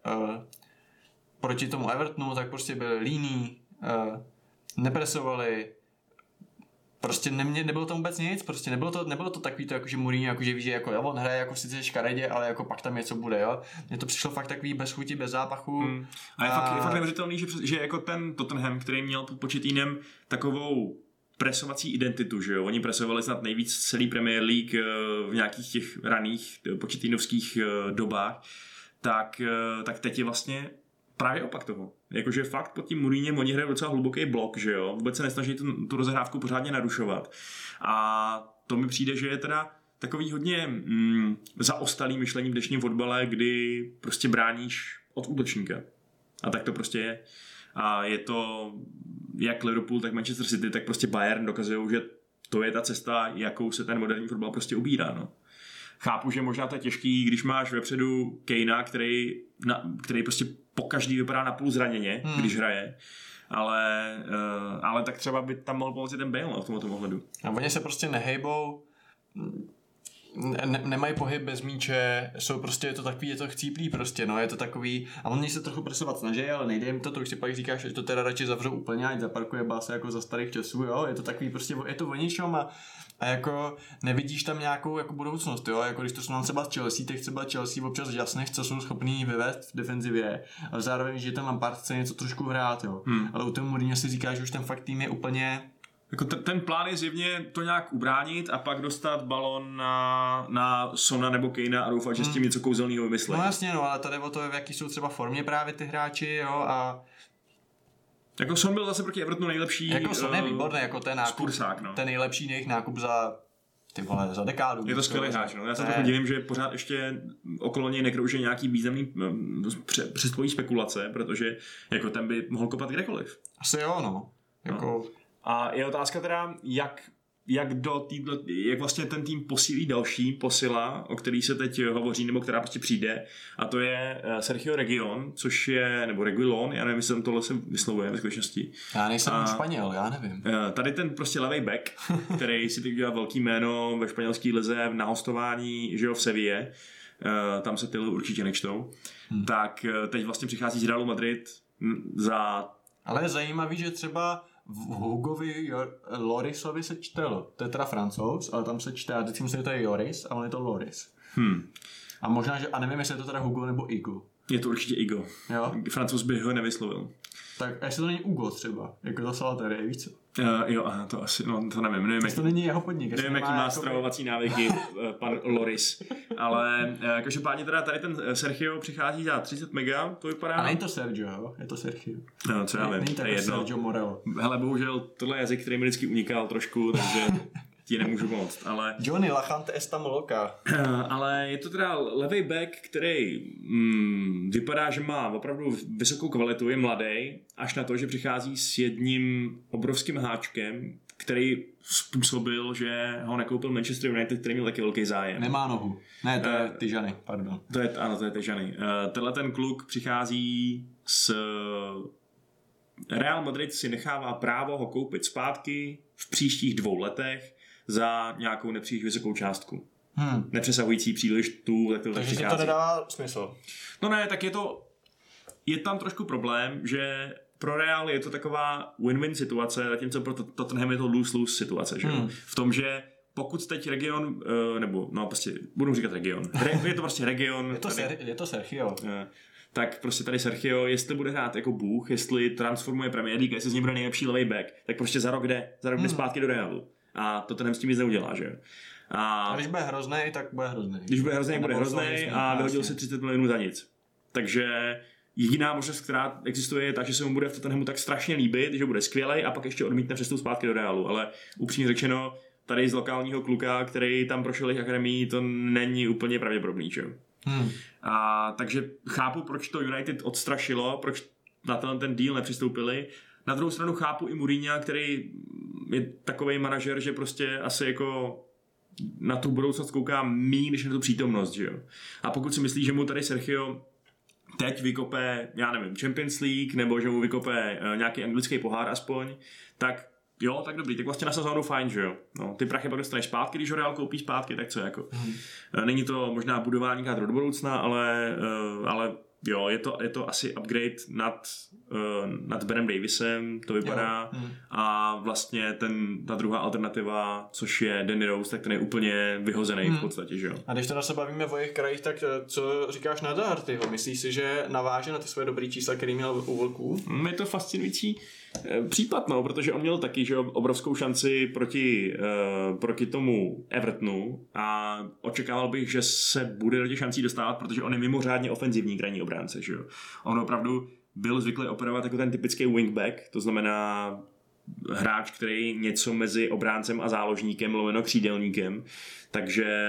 proti tomu Evertonu, tak prostě byli líní, nepresovali, prostě nebylo to vůbec nic, prostě nebylo to takový to, jakože Mourinho, jakože víš, že jako, jo, on hraje jako sice škaredě, ale jako pak tam něco bude, jo. Mně to přišlo fakt takový bez chuti, bez zápachu. A je fakt neuvěřitelný, že jako ten Tottenham, který měl pod Početínem takovou presovací identitu, že jo, oni presovali snad nejvíc celý Premier League v nějakých těch raných početínovských dobách, tak teď je vlastně právě opak toho. Jakože fakt pod tím Mourinhem oni hrají docela hluboký blok, že jo, vůbec se nesnaží tu rozehrávku pořádně narušovat. A to mi přijde, že je teda takový hodně zaostalý myšlení v dnešním fotbale, kdy prostě bráníš od útočníka. A tak to prostě je. A je to jak Liverpool, tak Manchester City, tak prostě Bayern dokazují, že to je ta cesta, jakou se ten moderní fotbal prostě ubírá, no. Chápu, že možná to je těžký, když máš vepředu Kanea, který prostě pokaždý vypadá napůl zraněně, když hraje, ale tak třeba by tam mohl pomoci ten Bale v tomto ohledu. A oni se prostě nehejbou, nemají pohyb bez míče, jsou prostě, je to chcíplý prostě, no, je to takový, a oni se trochu presovat snaží, ale nejde jim to už si pak říkáš, že to teda radši zavřou úplně, ať zaparkuje báse jako za starých časů, jo, je to takový prostě, je to o ničom a jako nevidíš tam nějakou jako budoucnost, jo, jako když to jsou třeba z Chelsea, tak třeba Chelsea občas jasných, co jsou schopní vyvést v defenzivě, ale zároveň, že ten Lampard chce něco trošku hrát, jo, ale u toho Mourinho si říká, že už ten fakt tým je úplně... Jako ten plán je zjevně to nějak ubránit a pak dostat balon na Sona nebo Kanea a doufat, že s tím něco kouzelného vymyslí. No jasně, no, ale tady o to, v jaký jsou třeba formě právě ty hráči, jo, a... Jako Son byl zase proti Evertonu nejlepší. Jako Son je výborný, jako ten nákup, Spursák, no. Ten nejlepší jejich nákup za dekádu. Je to skvělý hráč, no. Já se trochu divím, že pořád ještě okolo něj nekrouží nějaký významný přespojí spekulace, protože jako ten by mohl kopat kdekoliv. Asi jo, no. Jako... No. A je otázka teda, jak vlastně ten tým posílí další posila, o který se teď hovoří, nebo která prostě přijde, a to je Sergio Reguilón, což je, nebo Reguilón, já nevím, jestli tohle se vyslovuje ve skutečnosti. Já nejsem Španěl, já nevím. Tady ten prostě levej back, který si teď udělal velký jméno ve španělské lize na hostování, že jo, v Seville, tam se ty určitě nečtou, tak teď vlastně přichází z Realu Madrid za... Ale je zajímavý, že třeba v Hugovi Lorisovi se čte to je teda Francouz, ale tam se čte, já vždycky myslím, že to je Joris, a on je to Loris. A možná, že, a nevím, jestli je to teda Hugo nebo Igo. Je to určitě Igo. Jo? Francouz by ho nevyslovil. Tak a jestli to není Ugo třeba, jako ta salaterie, víš co? Jo, to asi, no to nevím. To není jeho podnik. Nevím, jaký má stravovací návyky pan Loris. Ale každopádně teda tady ten Sergio přichází za 30 mega, to vypadá. A není to Sergio, jo? Je to Sergio. No, co já vím, není to je jedno. Sergio Morello. Hele, bohužel tohle je jazyk, který mi vždycky unikal trošku, takže ti nemůžu pomoct, ale... Johnny Lachante esta moloka. Ale je to teda levý back, který vypadá, že má opravdu vysokou kvalitu, je mladý, až na to, že přichází s jedním obrovským háčkem, který způsobil, že ho nekoupil Manchester United, který měl taky velký zájem. Nemá nohu. Ne, to je Tyžany, pardon. Ano, to je Tyžany. Tenhle ten kluk přichází s... Real Madrid si nechává právo ho koupit zpátky v příštích 2 letech za nějakou nepříliš vysokou částku. Nepřesahující příliš tu, tak to takže přichází. to nedává smysl. No ne, tak je tam trošku problém, že pro Real je to taková win-win situace, zatímco pro Tottenham je to lose-lose situace, že? V tom, že pokud teď region, nebo no prostě budu říkat region, je to prostě region. Je to Sergio. Tak prostě tady Sergio, jestli bude hrát jako bůh, jestli transformuje Premier League, jestli z něj bude nejlepší levý back, tak prostě za rok jde zpátky do Realu. A to ten s tím nic neudělá, že? A když bude hroznej, tak bude hroznej. Když bude hroznej, bude hroznej a vyhodil si 30 milionů za nic. Takže jediná možnost, která existuje, je ta, že se mu bude v Tottenhamu tak strašně líbit, že bude skvělej a pak ještě odmítne přestup zpátky do Realu. Ale upřímně řečeno, tady z lokálního kluka, který tam prošel jejich akademií, to není úplně pravděpodobný, že? A takže chápu, proč to United odstrašilo, proč na ten deal nepřistoupili. Na druhou stranu chápu i Mourinha, který je takovej manažer, že prostě asi jako na tu budoucnost kouká míň, než na tu přítomnost, že jo. A pokud si myslí, že mu tady Sergio teď vykope, já nevím, Champions League, nebo že mu vykope nějaký anglický pohár aspoň, tak jo, tak dobrý, tak vlastně na sezónu fajn, že jo. No, ty prachy pak dostaneš zpátky, když ho Real koupí zpátky, tak co jako. Není to možná budování kádru do budoucna, ale jo, je to asi upgrade nad Benem Davisem, to vypadá. A vlastně ta druhá alternativa, což je Danny Rose, tak ten je úplně vyhozený v podstatě, že jo. A když teda se bavíme o jejich krajích, tak co říkáš na Dohertyho? Myslíš si, že naváže na ty své dobrý čísla, který měl u Vlků? Je to fascinující případ, no, protože on měl taky, že obrovskou šanci proti tomu Evertonu a očekával bych, že se bude do těch šancí dostávat, protože on je mimořádně ofenzivní krajní obránce, že jo. On opravdu byl zvyklý operovat jako ten typický wingback, to znamená hráč, který něco mezi obráncem a záložníkem, lomeno křídelníkem, takže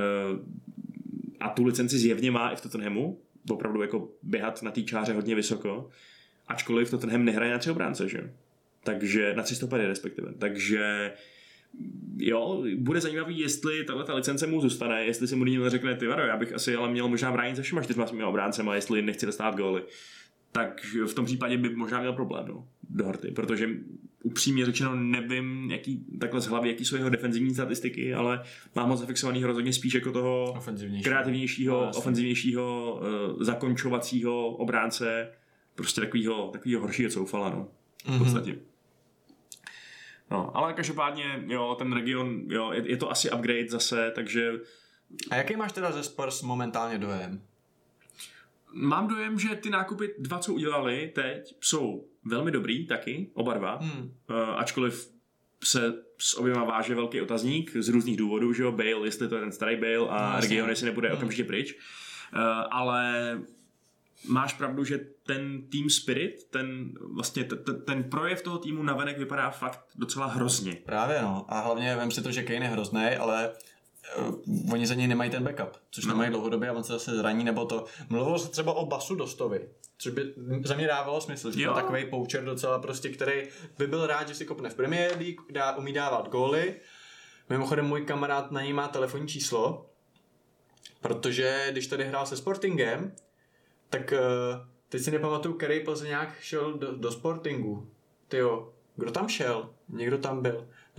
a tu licenci zjevně má i v Tottenhamu, opravdu jako běhat na té čáře hodně vysoko, ačkoliv Tottenham nehraje na 3 obránce, že? Takže na 3 stopery respektive. Takže jo, bude zajímavý, jestli tato licence mu zůstane, jestli si Mourinho řekne, ty varo, já bych asi ale měl možná bránit se všema 4 obráncema, jestli nechci dostat góly. Tak v tom případě by možná měl problém, no, Doherty, protože upřímně řečeno nevím, takhle z hlavy, jaký jsou jeho defenzivní statistiky, ale mám moc zafixovaný rozhodně spíš jako toho kreativnějšího, ofenzivnějšího, zakončovacího obránce, prostě takovýho horšího coufala, no, v podstatě. No, ale každopádně, jo, ten region, jo, je to asi upgrade zase, takže... A jaký máš teda ze Spurs momentálně dojem? Mám dojem, že ty nákupy 2, co udělali teď, jsou velmi dobrý taky, oba dva, ačkoliv se s oběma váže velký otazník z různých důvodů, že jo, Bale, jestli to je ten starý Bale a region, jestli nebude okamžitě pryč, ale máš pravdu, že ten team spirit, ten projev toho týmu navenek vypadá fakt docela hrozně. Právě no, a hlavně vem si to, že Kane je hroznej, ale oni za něj nemají ten backup, což nemají dlouhodobě a on se zase zraní, nebo to. Mluvilo se třeba o Basu Dostovi, což by za mě dávalo smysl, že to takovej poucher docela prostě, který by byl rád, že si kopne v Premier League, umí dávat góly. Mimochodem můj kamarád na něj má telefonní číslo, protože když tady hrál se Sportingem, tak teď si nepamatuju, který Plzeňák šel do Sportingu. Tyjo, kdo tam šel? Někdo tam byl.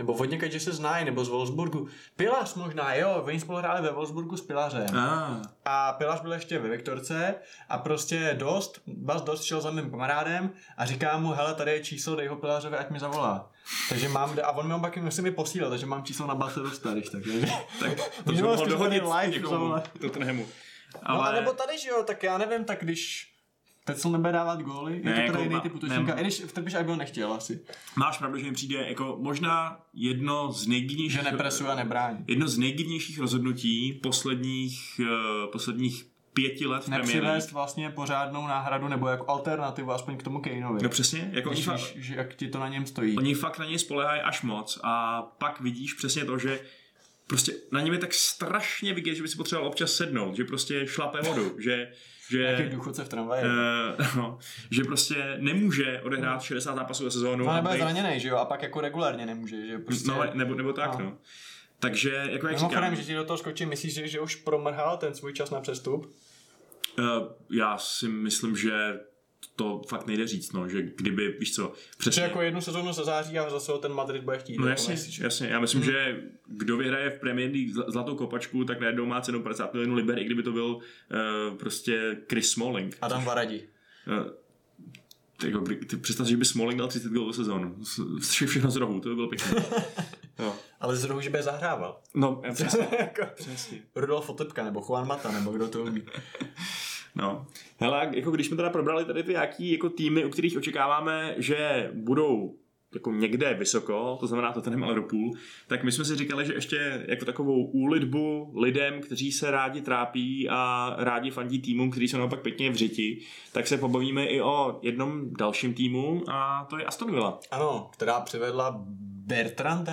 nebo od někaď, že se znají, nebo z Wolfsburgu. Pilař možná, jo, oni spolu hráli ve Wolfsburgu s Pilařem. A Pilař byl ještě ve Viktorce a prostě Bas Dost šel za mým kamarádem a říká mu, hele, tady je číslo, dej ho Pilařovi, ať mi zavolá. Takže a on mi pak musí mi posílat, takže mám číslo na Base Dosta, když tak. To jsem mohl dohodit někomu Tottenhamu. Ale... No a nebo tady, že jo, tak já nevím, tak když Tecl nebude dávat góly, je to teda jiný typ útočníka, i když v Trpiš byl nechtěl asi. Máš pravdu, že mi přijde jako možná jedno z nejdivnějších... Že nepresuje a nebrání. Jedno z nejdivnějších rozhodnutí posledních 5 let v Premier League. Nepřivést vlastně pořádnou náhradu nebo jako alternativu aspoň k tomu Kaneovi. No přesně. Jako víš, že jak ti to na něm stojí. Oni fakt na něj spoléhají až moc a pak vidíš přesně to, že prostě na něm je tak strašně vidět, že by si potřeboval občas sednout, že prostě šlape vodu, že jaký důchodce v tramvaji. Že prostě nemůže odehrát 60 zápasů za sezónu. No nebo je zraněnej, že jo, a pak jako regulárně nemůže, že prostě... No, nebo tak, no. Takže, jako jak říkám... že ti do toho skočím, myslíš, že už promrhal ten svůj čas na přestup? Já si myslím, že to fakt nejde říct, no, že kdyby, víš co... Přesně jako jednu sezónu se září a zase ten Madrid bude chtít. No jasně, já myslím, že kdo vyhraje v Premier League zlatou kopačku, tak najednou má cenu 50 milionů liber, i kdyby to byl prostě Chris Smalling. Adam Varadi. Ty představ, že by Smalling dal 30 gólů sezónu. Všechno z rohu, to by bylo pěkné. No. Ale z rohu, že by zahrával. No, přesně. Rudolf Otepka, nebo Juan Mata, nebo kdo to umí. No, hele, jako když jsme teda probrali tady ty jaký jako týmy, u kterých očekáváme, že budou jako někde vysoko, to znamená Tottenham a Liverpool, tak my jsme si říkali, že ještě jako takovou úlitbu lidem, kteří se rádi trápí a rádi fandí týmům, kteří jsou naopak pěkně v řiti, tak se pobavíme i o jednom dalším týmu a to je Aston Villa. Ano, která přivedla Bertrand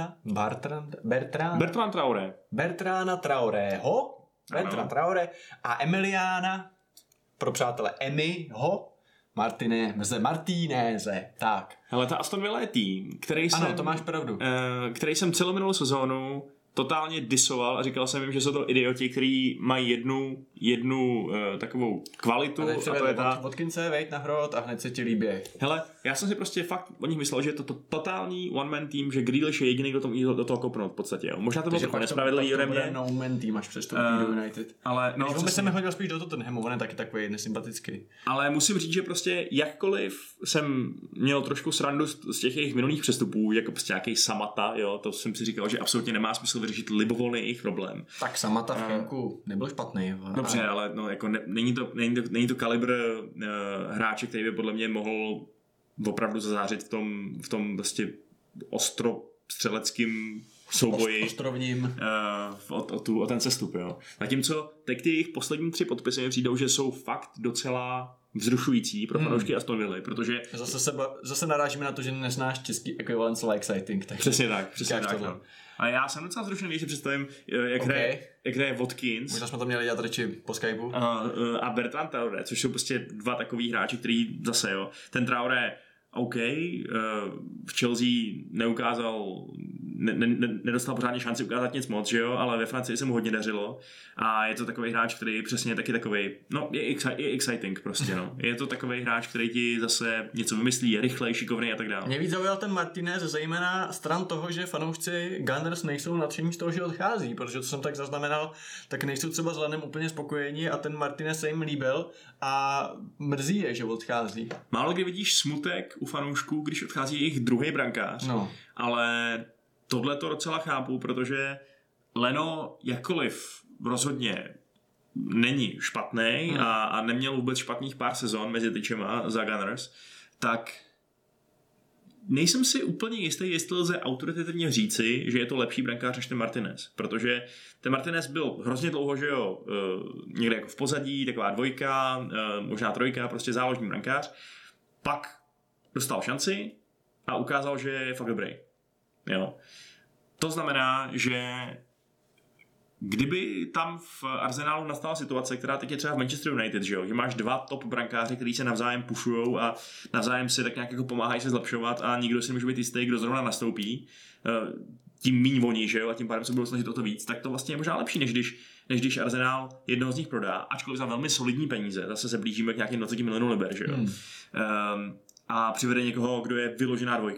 Traoré. Bertranda Traoré a Emiliana, pro přátele Emiho, Martineze, tak. Hele, ta Aston Villa je tým, to máš pravdu. Který jsem celou minulou sezónu totálně disoval a říkal jsem jim, že jsou to idioti, kteří mají jednu takovou kvalitu a to je ta... Watkinse, vejď na hrot a hned se ti líbí. Hele, já jsem si prostě fakt o nich myslel, že je to totální one-man tým, že Grealish je jediný, kdo do toho kopnout v podstatě. Jo. Možná to bylo trochu nespravedlivý ode mě. No-man tým, až přestoupí do United. Ale no, by se mi hodil spíš do Tottenhamu, on je taky takový nesympatický. Ale musím říct, že prostě jakkoliv jsem měl trošku srandu z těch jejich minulých přestupů, jako prostě nějaký Samata, jo, to jsem si říkal, že absolutně nemá smysl vyřešit libovolný jejich problém. Tak Samata v Chemku nebyl špatný. Dobře, ale no, jako není to kalibr hráče, který by podle mě mohl opravdu zazářit v tom vlastně ostrostřeleckým souboji ostrovním o ten sestup. Jo. Zatímco teď ty jejich poslední 3 podpisy mi přijdou, že jsou fakt docela vzrušující pro fanoušky Aston Villa, protože... Zase narážíme na to, že neznáš český ekvivalent slova exciting. Tak přesně tak. No. A já jsem docela vzrušený, když si představím, jak hraje Watkins. Možná jsme to měli dělat radši po Skypeu. A Bertrand Traoré, což jsou prostě 2 takový hráči, který zase, jo, ten Traoré v Chelsea neukázal, nedostal pořádně šanci ukázat nic moc, že jo, ale ve Francii se mu hodně dařilo a je to takový hráč, který přesně taky takovej, no je exciting prostě, no. Je to takový hráč, který ti zase něco vymyslí, je rychlej, šikovný a tak dále. Mě víc zaujal ten Martinez, zejména stran toho, že fanoušci Gunners nejsou nadšení z toho, že odchází, protože to jsem tak zaznamenal, tak nejsou třeba s Lenem úplně spokojení a ten Martinez se jim líbil a mrzí je, že odchází. Málo kdy vidíš smutek u fanoušků, když odchází jejich druhý brankář, ale tohle to docela chápu, protože Leno jakkoliv rozhodně není špatný a neměl vůbec špatných pár sezon mezi tyčema za Gunners, tak nejsem si úplně jistý, jestli lze autoritativně říci, že je to lepší brankář než ten Martinez, protože ten Martinez byl hrozně dlouho, že jo, někde jako v pozadí, taková 2, možná 3, prostě záložní brankář, pak dostal šanci a ukázal, že je fakt dobrý. Jo. To znamená, že kdyby tam v Arsenálu nastala situace, která teď je třeba v Manchester United, že máš 2 top brankáři, kteří se navzájem pušujou a navzájem si tak nějak jako pomáhají se zlepšovat a nikdo si nemůže být jistý, kdo zrovna nastoupí, tím míň voní, že jo, a tím pádem se budou snažit o to víc, tak to vlastně je možná lepší, než když Arsenal jednoho z nich prodá, ačkoliv za velmi solidní peníze, zase se blížíme k nějakým 20 milionů liber, že jo. A přivede někoho, kdo je vyložená 2.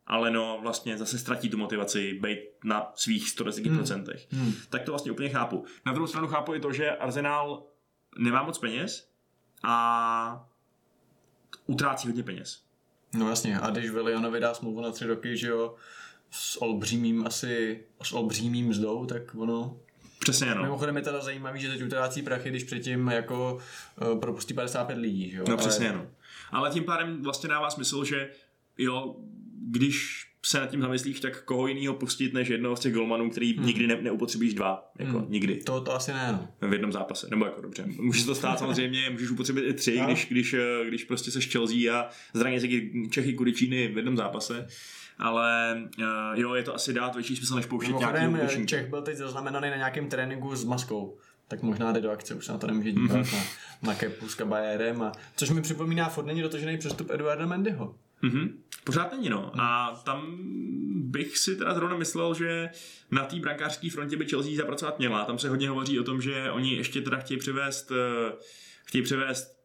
ale no vlastně zase ztratí tu motivaci být na svých 110%. Tak to vlastně úplně chápu. Na druhou stranu chápu i to, že Arsenal nemá moc peněz a utrácí hodně peněz. No jasně, a když Willianovi dá smlouvu na 3 roky, že jo, s olbřímým mzdou, tak ono... Přesně, no. Mimochodem je teda zajímavý, že teď utrácí prachy, když předtím jako propustí 55 lidí, že jo. No přesně, no. Ale tím pádem vlastně dává smysl, že jo, když se nad tím zamyslíš, tak koho jinýho pustit než jednoho z těch golmanů, který nikdy neupotřebíš 2, jako nikdy. To asi ne, no. V jednom zápase, nebo jako dobře. Může to stát samozřejmě, můžeš upotřebit i 3, no. když prostě seš Chelsea a zraní se Čechy Kuričíny v jednom zápase. Ale jo, je to asi dát větší smysl, než pouštět nějaký útočník. Čech byl teď zaznamenaný na nějakém tréninku s maskou. Tak možná jde do akce, už se na to nemůže dívat na kepu s Caballérem. Což mi připomíná, furt není dotažený přestup Eduarda Mendyho. Pořád není, no. A tam bych si teda zrovna myslel, že na té brankářské frontě by Chelsea zapracovat měla. Tam se hodně hovoří o tom, že oni ještě teda chtějí přivést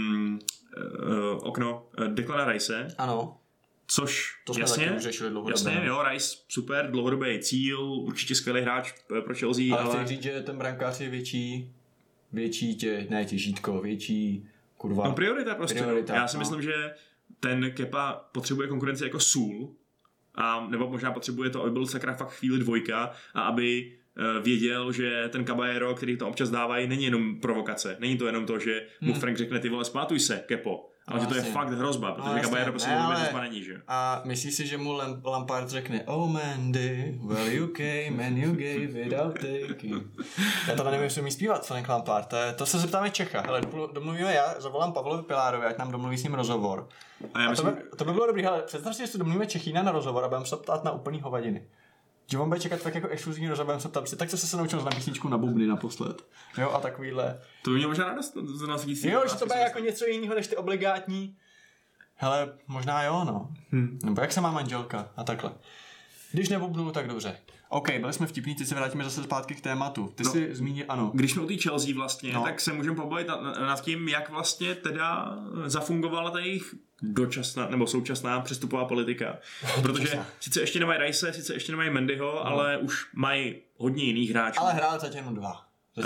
okno Declana Rice. Ano. Což to jsme taky už řešili dlouhodobě. Jasně, jo, Rice super, dlouhodobý cíl, určitě skvělý hráč pro Chelsea. Ale chci říct, že ten brankář je větší těžítko, větší kurva. No priorita prostě. Já si myslím, že ten Kepa potřebuje konkurenci jako sůl, a nebo možná potřebuje to, aby byl sakra fakt chvíli 2 a aby věděl, že ten Caballero, který to občas dávají, není jenom provokace. Není to jenom to, že mu Frank řekne, ty vole, spamatuj se, Kepo. Ale že to je fakt hrozba, protože Caballero prostě hrozba není, že? A myslíš si, že mu Lampard řekne oh Mandy, well you came and you gave without taking. Já to nevím, jestli umí zpívat Frank Lampard, to se zeptáme Čecha. Hele, domluvíme, já zavolám Pavlovi Pilárovi, ať nám domluví s ním rozhovor. A to by bylo dobrý, hele, představ si, že si domluvíme Čechína na rozhovor a budeme se ptát na úplný hovadiny. Že on bude čekat tak jako exkluzivní rozhovor, se ptám si, tak se naučil na písničku na bubny naposled. Jo, a takovýhle. To by mě možná radost z nás víc. Jo, že to bude jako něco jiného než ty obligátní. Hele, možná jo, no. Nebo jak se má manželka a takhle. Když nebubnu, tak dobře. OK, byli jsme vtipní, teď se vrátíme zase zpátky k tématu. Ty si zmínil, ano. Když jsme u té Chelsea vlastně, tak se můžeme pobavit nad tím, jak vlastně teda zafungovala ta jejich dočasná nebo současná přestupová politika. Protože sice ještě nemají Rice, sice ještě nemají Mendyho, ale už mají hodně jiných hráčů. Ale hráli zatím jenom 2.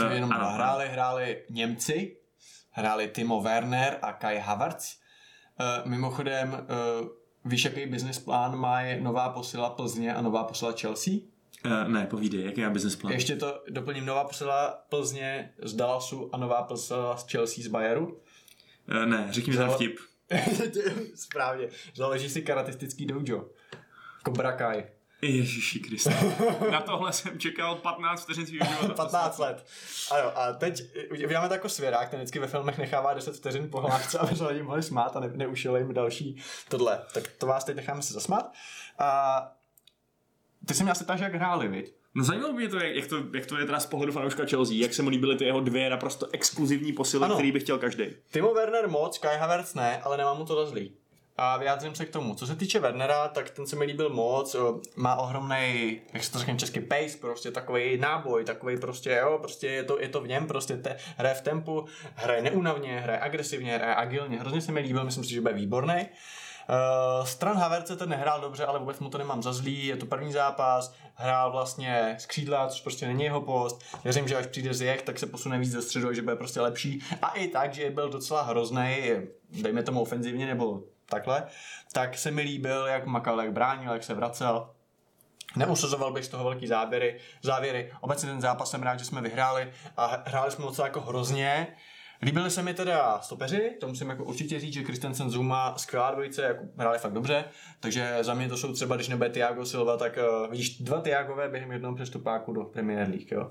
Hráli Němci, hráli Timo Werner a Kai Havertz. Mimochodem, víš, jaký business plán má nová posila Plzně a nová posila Chelsea? Ne, povídej, jaký má business plán? Ještě to doplním, nová posila Plzně z Dallasu a nová posila z Chelsea z Bayeru? Ne, řekni mi ten vtip. Správně, založí si karatistický dojo. Cobra Kai. Ježiši Kriste. Na tohle jsem čekal 15 vteřin svýho života. 15 let. Ano, a teď uděláme to jako svěrák, ten vždycky ve filmech nechává 10 vteřin po hlávce, aby se lidi mohli smát a neušili jim další tohle. Tak to vás teď necháme se zasmát. A ty jsi mě asi tak, jak hráli, viď? No zajímalo mě to, jak to je teda z pohledu fanouška Chelsea, jak se mu líbily ty jeho 2 naprosto exkluzivní posily, který by chtěl každý. Timo Werner moc, Kai Havertz ne, ale nemám mu to za zlý. A vyjádřím se k tomu. Co se týče Wernera, tak ten se mi líbil moc, má ohromnej, jak se to řekne česky, pace, prostě takový náboj, takový prostě, jo, prostě je to v něm, prostě hraje v tempu, hraje neúnavně, hraje agresivně, hraje agilně, hrozně se mi líbil, myslím si, že bude výborný. Stran Havertze ten nehrál dobře, ale vůbec mu to nemám za zlý, je to první zápas, hrál vlastně z křídla, což prostě není jeho post, věřím, že až přijde Ziyech, tak se posune víc do středu, že bude prostě lepší a i tak, že byl docela hroznej, dejme tomu ofenzivně nebo takhle, tak se mi líbil, jak makal, jak bránil, jak se vracel. Neusazoval bych z toho velký závěry. Obecně ten zápas jsem rád, že jsme vyhráli a hráli jsme docela jako hrozně. Líbili se mi teda stopeři, to musím jako určitě říct, že Christensen Zuma skvělá dvojice, jako hráli fakt dobře, takže za mě to jsou třeba, když nebude Thiago Silva, tak vidíš 2 Thiagové během jednoho přestupáku do Premier League, jo.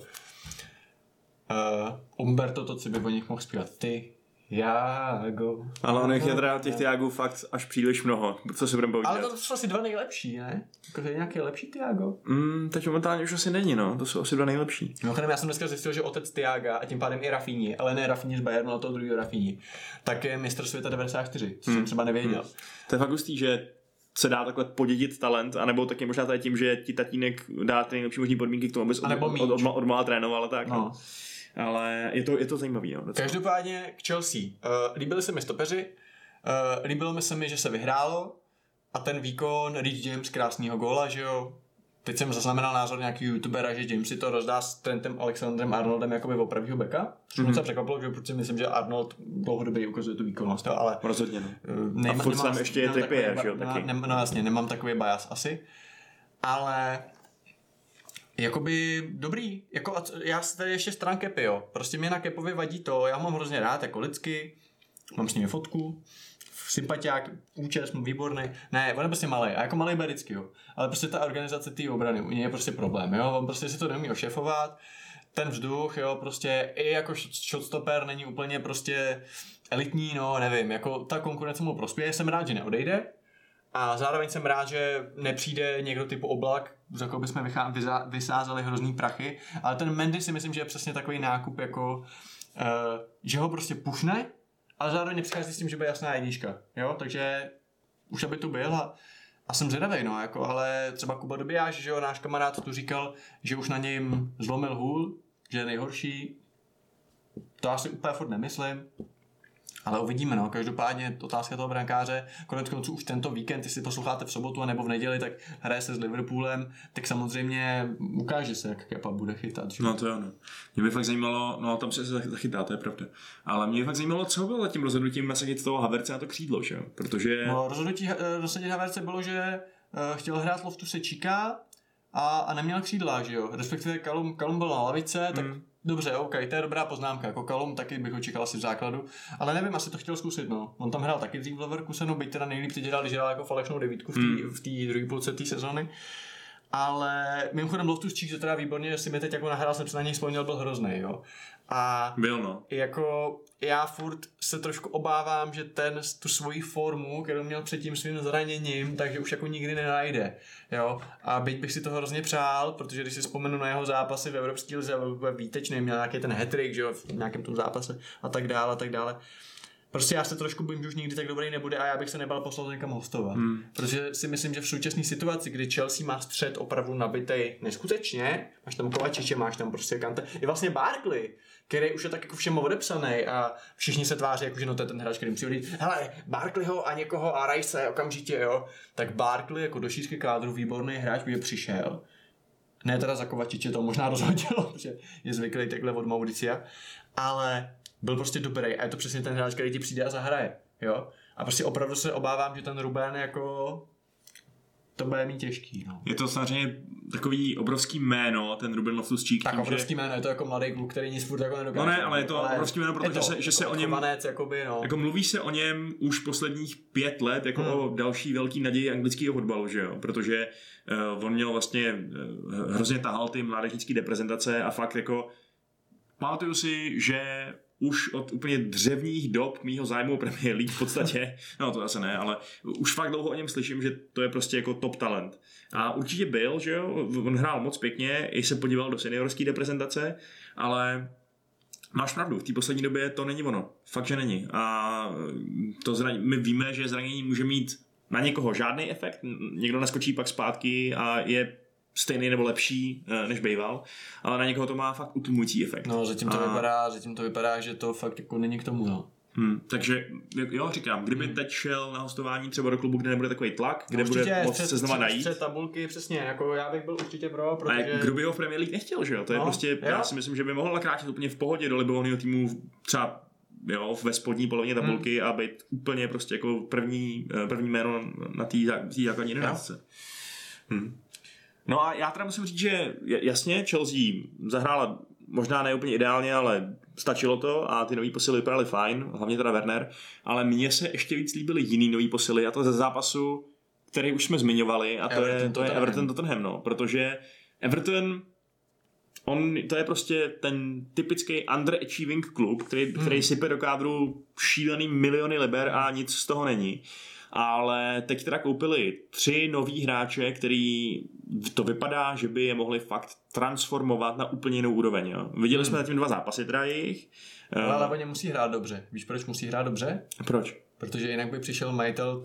Umberto to, co by o nich mohl zpívat, Thiago. Ale on je teda těch Thiagů fakt až příliš mnoho, co si budeme povídat. Ale to jsou asi 2 nejlepší, ne? Jako je nějaký lepší Thiago? Teď momentálně už asi není, no. To jsou asi 2 nejlepší. Mimochodem, já jsem dneska zjistil, že otec Thiaga a tím pádem i Rafinha, ale ne Rafinha z Bayernu, ale toho druhého Rafinha, tak je mistr světa 94, co jsem třeba nevěděl. To je fakt hustý, že se dá takhle podědit talent, anebo taky možná tady tím, že ti tatínek dá ty nejlepší možný podmínky k tomu, abys od mala trénoval, ale tak. No. Ale je to zajímavý. Jo, každopádně k Chelsea. Líbili se mi stopeři, líbilo mi se mi, že se vyhrálo a ten výkon Reece James krásnýho góla, že jo. Teď jsem zaznamenal názor nějaký youtubera, že James si to rozdá s Trentem Alexandrem Arnoldem jakoby o pravýho beka. Což mě se překvapilo, že protože myslím, že Arnold dlouhodobě ukazuje tu výkonnost, ale rozhodně no. A furt tam ještě je Trippier, že jo, taky. No jasně, nemám takový bias asi. Ale jakoby dobrý, jako já si tady ještě stran Kepy, jo. Prostě mě na Kepovi vadí to, já ho mám hrozně rád jako lidsky, mám s ním fotku, sympatiák, účest, výborný. Ne, on je prostě malý, a jako malý berický, jo. Ale prostě ta organizace té obrany, u něj je prostě problém, jo. On prostě si to neumí ošefovat, ten vzduch, jo, prostě i jako shotstopper není úplně prostě elitní, no, nevím, jako ta konkurence mu prospěje, jsem rád, že neodejde. A zároveň jsem rád, že nepřijde někdo typu Oblak, za koho bychom vysázeli hrozný prachy, ale ten Mendy si myslím, že je přesně takový nákup, jako, že ho prostě pušne, ale zároveň nepřichází s tím, že bude jasná jednička, jo, takže už aby tu byl a jsem zvědavej, no, jako, ale třeba Kuba Dobijáš, že jo, náš kamarád tu říkal, že už na něm zlomil hůl, že je nejhorší, to asi úplně furt nemyslím. Ale uvidíme, no. Každopádně otázka toho brankáře. Konec konců už tento víkend, jestli posloucháte v sobotu nebo v neděli, tak hraje se s Liverpoolem, tak samozřejmě ukáže se, jak Kepa bude chytat. Že? No to jo, no. Mě by fakt zajímalo, no tam se zachytá, to je pravda. Ale mě by fakt zajímalo, co bylo tím rozhodnutím nasadit toho Havertze na to křídlo, že jo? Protože... No, rozhodnutí nasadit Havertze bylo, že chtěl hrát Loftus-Cheeka a neměl křídla, že jo? Respektive Callum byl na lavice, tak dobře, OK, to je dobrá poznámka, jako Callum taky bych ho čekal asi v základu, ale nevím, asi to chtěl zkusit, no. On tam hrál taky dřív v Leverkusenu, byť teda nejlíp teď hrál, když hrál jako falešnou devítku v té druhé půlce té sezóny. Ale mimochodem Loftus-Cheek, že teda výborně, že si mi teď jako nahrál, jsem se na něj vzpomněl, byl hrozný, jo. A byl, no. Jako já furt se trošku obávám, že tu svoji formu, kterou měl před tím svým zraněním, takže už jako nikdy nenajde, jo. A byť bych si to hrozně přál, protože když si vzpomenu na jeho zápasy v Evropské lize, výtečný, měl nějaký ten hat-trick, že jo, v nějakém tom zápase a tak dále. Prostě já se trošku bojím, že už nikdy tak dobrý nebude a já bych se nebal poslat někam hostovat. Protože si myslím, že v současné situaci, kdy Chelsea má střed opravdu nabitej neskutečně, máš tam Kovačiče, máš tam prostě Kante, je vlastně Barkley, který už je tak jako všem odepsaný a všichni se tváří, jako že no to je ten hráč, který musí hodit. Hele, Barkleyho a někoho a Rice okamžitě, jo. Tak Barkley jako do šířky kádru výborný hráč, by přišel. Ne teda za Kovačiče, to možná rozhodilo, protože je zvyklý takhle od Mauricia, ale byl prostě dobrý a je to přesně ten hráč, který ti přijde a zahraje, jo. A prostě opravdu se obávám, že ten Ruben jako to bude mít těžký, no. Je to samozřejmě takový obrovský jméno, ten Ruben Loftus-Cheek. Tak obrovský jméno, je to jako mladý kluk, který nic furt jako nedokáže. No ne, ale je to obrovský jméno, protože že se o něm jakoby, no. Jako mluví se o něm už posledních 5 let jako o další velký naději anglického fotbalu, že jo, protože on měl vlastně hrozně tahal ty mládežnické reprezentace a fakt jako pamatuju si, že už od úplně dřevních dob mýho zájmu o Premier League v podstatě, no to asi ne, ale už fakt dlouho o něm slyším, že to je prostě jako top talent. A určitě byl, že jo, on hrál moc pěkně, i se podíval do seniorské reprezentace, ale máš pravdu, v té poslední době to není ono. Fakt, že není. A my víme, že zranění může mít na někoho žádný efekt, někdo naskočí pak zpátky a je stejný nebo lepší, než býval, ale na někoho to má fakt utlumující efekt. No, zatím to vypadá, že to fakt jako není k tomu, no. Takže, jo, říkám, kdyby teď šel na hostování třeba do klubu, kde nebude takový tlak, kde bude moct se znova najít. Před tabulky, přesně, jako já bych byl určitě pro, protože... A kdo by ho v Premier League nechtěl, že jo? To je prostě, já si myslím, že by mohl nakráčet úplně v pohodě do libovolného týmu třeba jo, ve spodní polovině tabulky a být úplně prostě jako první jméno na té základní 11. No a já teda musím říct, že jasně Chelsea zahrála možná ne úplně ideálně, ale stačilo to a ty nový posily vypadaly fajn, hlavně teda Werner, ale mně se ještě víc líbily jiný nový posily a to ze zápasu, který už jsme zmiňovali a to je Everton Tottenham, no, protože Everton to je prostě ten typický underachieving klub, který sype do kádru šílený miliony liber a nic z toho není. Ale teď teda koupili 3 nový hráče, který to vypadá, že by je mohli fakt transformovat na úplně jinou úroveň. Jo. Viděli jsme zatím 2 zápasy teda jejich. Ale oni musí hrát dobře. Víš, proč musí hrát dobře? Proč? Protože jinak by přišel majitel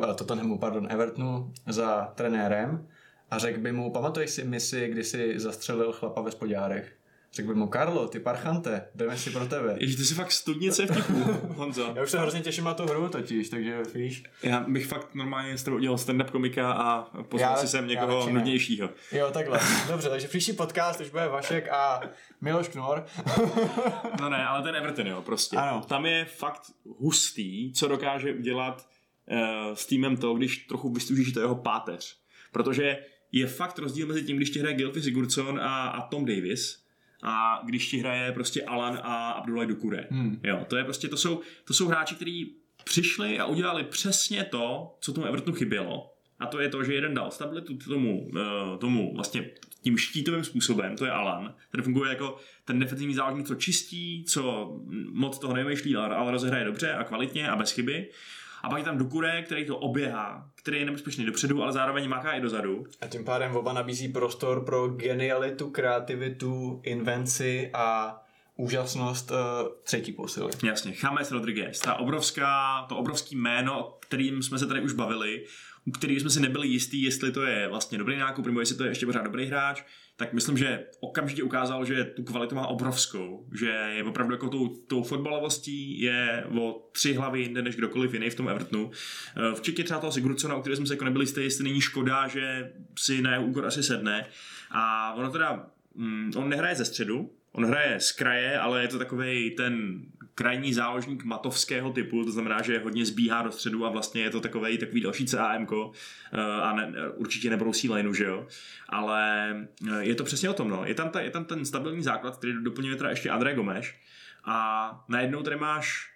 Evertonu za trenérem a řekl by mu, pamatuješ si misi, kdy si zastřelil chlapa ve spodňárech? Řekl bych mu, Karlo, ty parchante, jdeme si pro tebe. Ježiš, ty jsi fakt studnice vtipů, Honzo. Já už se hrozně těším na tu hru totiž, takže víš. Já bych fakt normálně s tebou udělal stand-up komika a pozval si sem někoho nudnějšího. Jo, takhle. Dobře, takže příští podcast už bude Vašek a Miloš Knor. No ne, ale ten Everton, jo, prostě. Ano. Tam je fakt hustý, co dokáže udělat s týmem to, když trochu vystužíš to jeho páteř. Protože je fakt rozdíl mezi tím, když ti hraje Gylfi Sigurdsson a Tom Davies a když ti hraje prostě Alan a Abdoulaye Doucouré. Jo, to je prostě, to jsou hráči, kteří přišli a udělali přesně to, co tomu Evertonu chybělo. A to je to, že jeden dal stabilitu tomu vlastně tím štítovým způsobem, to je Alan, který funguje jako ten defenzivní záložník, co čistí, co moc toho nevymýšlí, ale rozehraje dobře a kvalitně a bez chyby. A pak je tam Doucouré, který to oběhá, který je nebezpečný dopředu, ale zároveň máká i dozadu. A tím pádem oba nabízí prostor pro genialitu, kreativitu, invenci a úžasnost třetí posily. Jasně, James Rodriguez, to obrovský jméno, o kterým jsme se tady už bavili, u kterých jsme si nebyli jistí, jestli to je vlastně dobrý nákup, nebo jestli to je ještě pořád dobrý hráč, tak myslím, že okamžitě ukázal, že tu kvalitu má obrovskou, že je opravdu jako tou fotbalovostí je o 3 hlavy jinde než kdokoliv jiný v tom Evertonu. Včetně třeba toho Sigurdssona, o kterém jsme se jako nebyli jistí, jestli není škoda, že si na jeho úkor asi sedne. A ono teda, on nehraje ze středu, on hraje z kraje, ale je to takovej ten krajní záložník matovského typu, to znamená, že hodně zbíhá do středu a vlastně je to takový další CAMko a určitě nebrousí lineu, že jo. Ale je to přesně o tom, no. Je tam ten stabilní základ, který doplňuje teda ještě André Gomes a najednou tady máš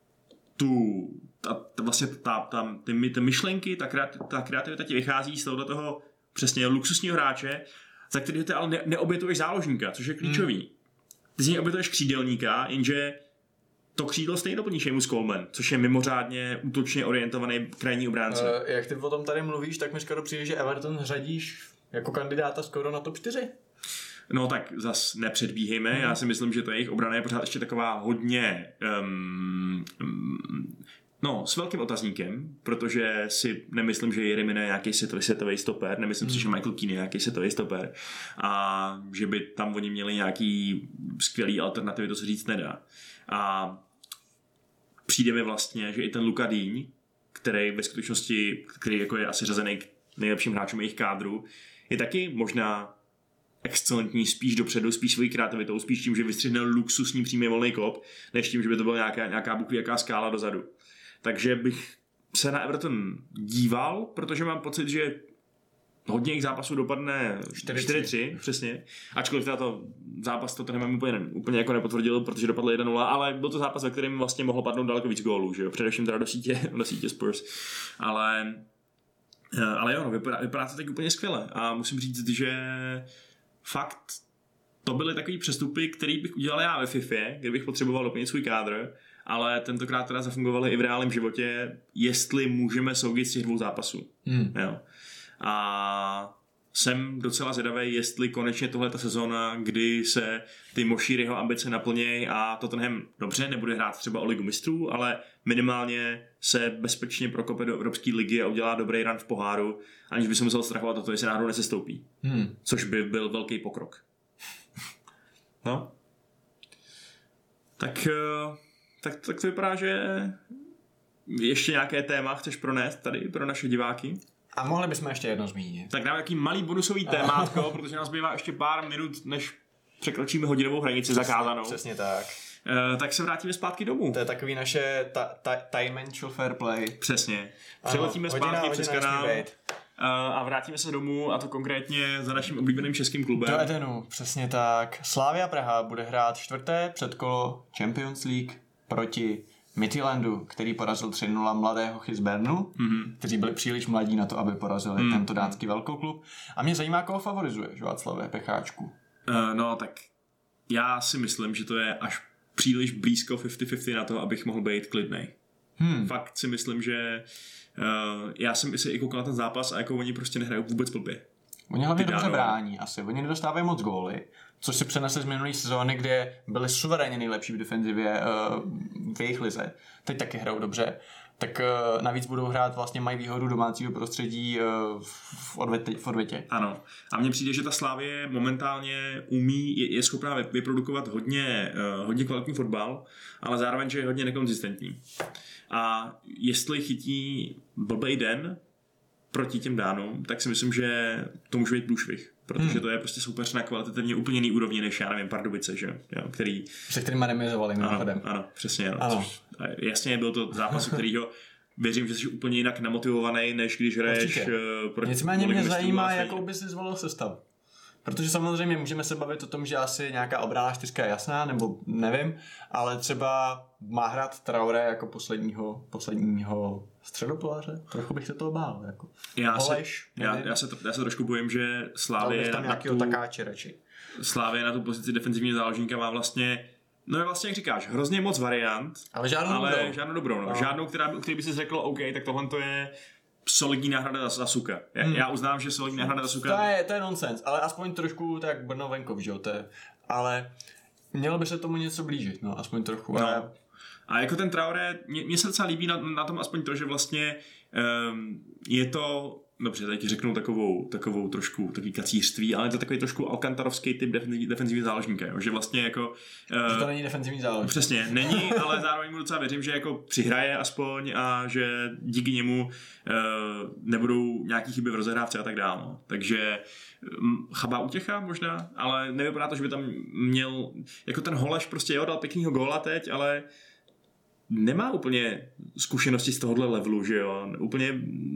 ty myšlenky, ta kreativita ti vychází z toho přesně luxusního hráče, za který ty ale neobětuješ záložníka, což je klíčový. Ty z něj obětuješ křídelníka, jenže to křídlo stejně doplníš Seamus Coleman, což je mimořádně útočně orientovaný krajní obránce. Jak ty o tom tady mluvíš, tak mi skoro přijde, že Everton řadíš jako kandidáta skoro na top 4. No tak zas nepředbíhejme, já si myslím, že to jejich obrana je pořád ještě taková hodně s velkým otazníkem, protože si nemyslím, že Jeremina je nějaký světový stoper, nemyslím si, že Michael Keane je nějaký světový stoper a že by tam oni měli nějaký skvělý alternativy, to se říct nedá. A přijde mi vlastně, že i ten Luka Digne, který ve skutečnosti, který jako je asi řazený k nejlepším hráčům jejich kádru, je taky možná excelentní spíš dopředu, spíš svojí kreativitou, spíš tím, že vystřihne luxusní přímý volný kop, než tím, že by to byla nějaká bukví, jaká skála dozadu. Takže bych se na Everton díval, protože mám pocit, že hodně jich zápasů dopadne 4-3, přesně. Ačkoliv to zápas to nemám úplně jako nepotvrdil, protože dopadl 1-0, ale byl to zápas, ve kterém vlastně mohlo padnout daleko víc gólů, že jo? Především teda do sítě Spurs. Ale jo, vypadá to tak úplně skvěle a musím říct, že fakt to byly takový přestupy, který bych udělal já ve FIFA, kdybych potřeboval doplnit svůj kádr, ale tentokrát teda zafungovaly i v reálném životě, jestli můžeme soudit z těch 2 zápasů. Jo. A jsem docela zvědavý, jestli konečně tohle ta sezóna, kdy se ty Mošíryho ambice naplnějí a Tottenham dobře nebude hrát třeba o ligu mistrů, ale minimálně se bezpečně prokope do Evropské ligy a udělá dobrý run v poháru, aniž by se musel strachovat o to, jestli náhodou nesestoupí. Což by byl velký pokrok. No. Tak to vypadá, že ještě nějaké téma chceš pronést tady pro naše diváky? A mohli bychom ještě jedno zmínit. Tak dáme jaký malý bonusový témátko, protože nás bývá ještě pár minut, než překročíme hodinovou hranici zakázanou. Přesně tak. Tak se vrátíme zpátky domů. To je takový naše financial fair play. Přesně. Přeletíme zpátky přes kanál a vrátíme se domů, a to konkrétně za naším oblíbeným českým klubem. Do Edenu, přesně tak. Slavia Praha bude hrát 4. předkolo Champions League proti Midtjyllandu, který porazil 3-0 mladého Chisbernu, kteří byli příliš mladí na to, aby porazili tento dánský velkoklub. A mě zajímá, koho favorizuješ, Václave Pecháčku? No tak já si myslím, že to je až příliš blízko 50-50 na to, abych mohl být klidnej. Fakt si myslím, že já jsem si i koukal na ten zápas a jako oni prostě nehrajou vůbec blbě. Oni hlavně dobře brání asi, oni nedostávají moc góly, což si přenesli z minulý sezóny, kde byli suverénně nejlepší v defenzivě v jejich lize, teď taky hrajou dobře, tak navíc budou hrát, vlastně mají výhodu domácího prostředí v odvětě. Ano. A mně přijde, že ta Slavie momentálně je schopná vyprodukovat hodně kvalitní fotbal, ale zároveň, že je hodně nekonzistentní. A jestli chytí blbej den proti těm Dánům, tak si myslím, že to může být průšvih. Protože to je prostě soupeř na kvalitativně úplně jiný úrovni než, já nevím, Pardubice, že jo, který... Se kterýma remizovali mimochodem. Ano, přesně. Ano. Jasně, byl to zápas, kterýho věřím, že jsi úplně jinak namotivovaný, než když hraješ proti... Nicméně mě zajímá, jakou by si zvolil sestavu. Protože samozřejmě můžeme se bavit o tom, že asi nějaká obranná čtyřka je jasná, nebo nevím, ale třeba má hrát Traoré jako posledního středopoláře. Trochu bych se toho bál. Jako. Já se trošku bojím, že Slavie na tu pozici defenzivního záložníka má vlastně, no je vlastně, jak říkáš, hrozně moc variant, ale žádnou dobrou. No. Žádnou, který by si řekl, OK, tak tohle to je solidní náhrada za Suka. Já uznám, že solidní náhrada za Suka... To je nonsens, ale aspoň trošku tak Brno venkov, že jo, ale mělo by se tomu něco blížit, no, aspoň trochu. No. A jako ten Traoré, mně se docela líbí na tom aspoň to, že vlastně je to, dobře, teď řeknu takovou trošku takový kacířství, ale je to takový trošku alcantarovský typ defenzivní záložníka, jo? Že vlastně jako... že to není defenzivní záložník. Přesně, není, ale zároveň mu docela věřím, že jako přihraje aspoň a že díky němu nebudou nějaký chyby v rozehrávce a tak dále. No. Takže chabá útěcha možná, ale nevypadá to, že by tam měl, jako ten Holeš prostě dal pěknýho góla teď, ale nemá úplně zkušenosti z tohohle levelu, že jo. Úplně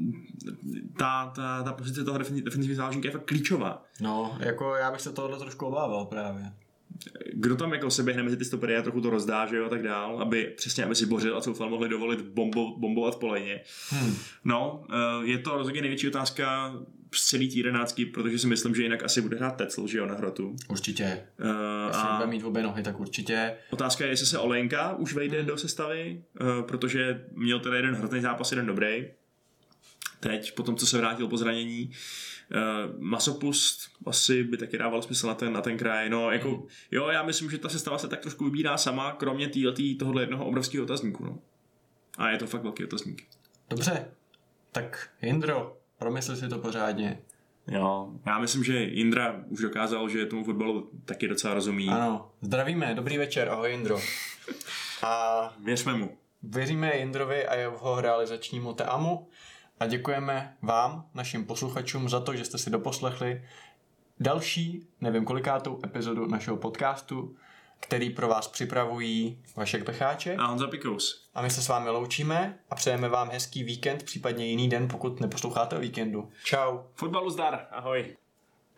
ta pozice toho defenzivního záložníka je fakt klíčová. No, jako já bych se tohle trošku obával právě. Kdo tam jako se běhne mezi ty stopery a trochu to rozdá, že jo, a tak dál, aby si bořil a Coufal mohli dovolit bombovat po lejně. No, je to rozhodně největší otázka z celý té 11, protože si myslím, že jinak asi bude hrát Tecl, že jo, na hrotu. Určitě. Jestli bude mít obě nohy, tak určitě. Otázka je, jestli se Olejnka už vejde do sestavy, protože měl teda jeden hrotný zápas, jeden dobrý. Teď, po tom, co se vrátil po zranění, Masopust asi by taky dával smysl na ten kraj. No, jako, jo, já myslím, že ta sestava se tak trošku vybírá sama, kromě tohohle jednoho obrovského otazníku. No. A je to fakt velký otazník. Dobře, tak Jindro, promysl si to pořádně. Jo, já myslím, že Jindra už dokázal, že tomu fotbalu taky docela rozumí. Ano, zdravíme, dobrý večer, ahoj Jindro. A věřme mu. Věříme Jindrovi a jeho realizačnímu teamu a děkujeme vám, našim posluchačům, za to, že jste si doposlechli další, nevím kolikátou epizodu našeho podcastu, který pro vás připravují Vašek Pecháček a Honza Pikous. A my se s vámi loučíme a přejeme vám hezký víkend, případně jiný den, pokud neposloucháte o víkendu. Čau. Fotbalu zdar, ahoj.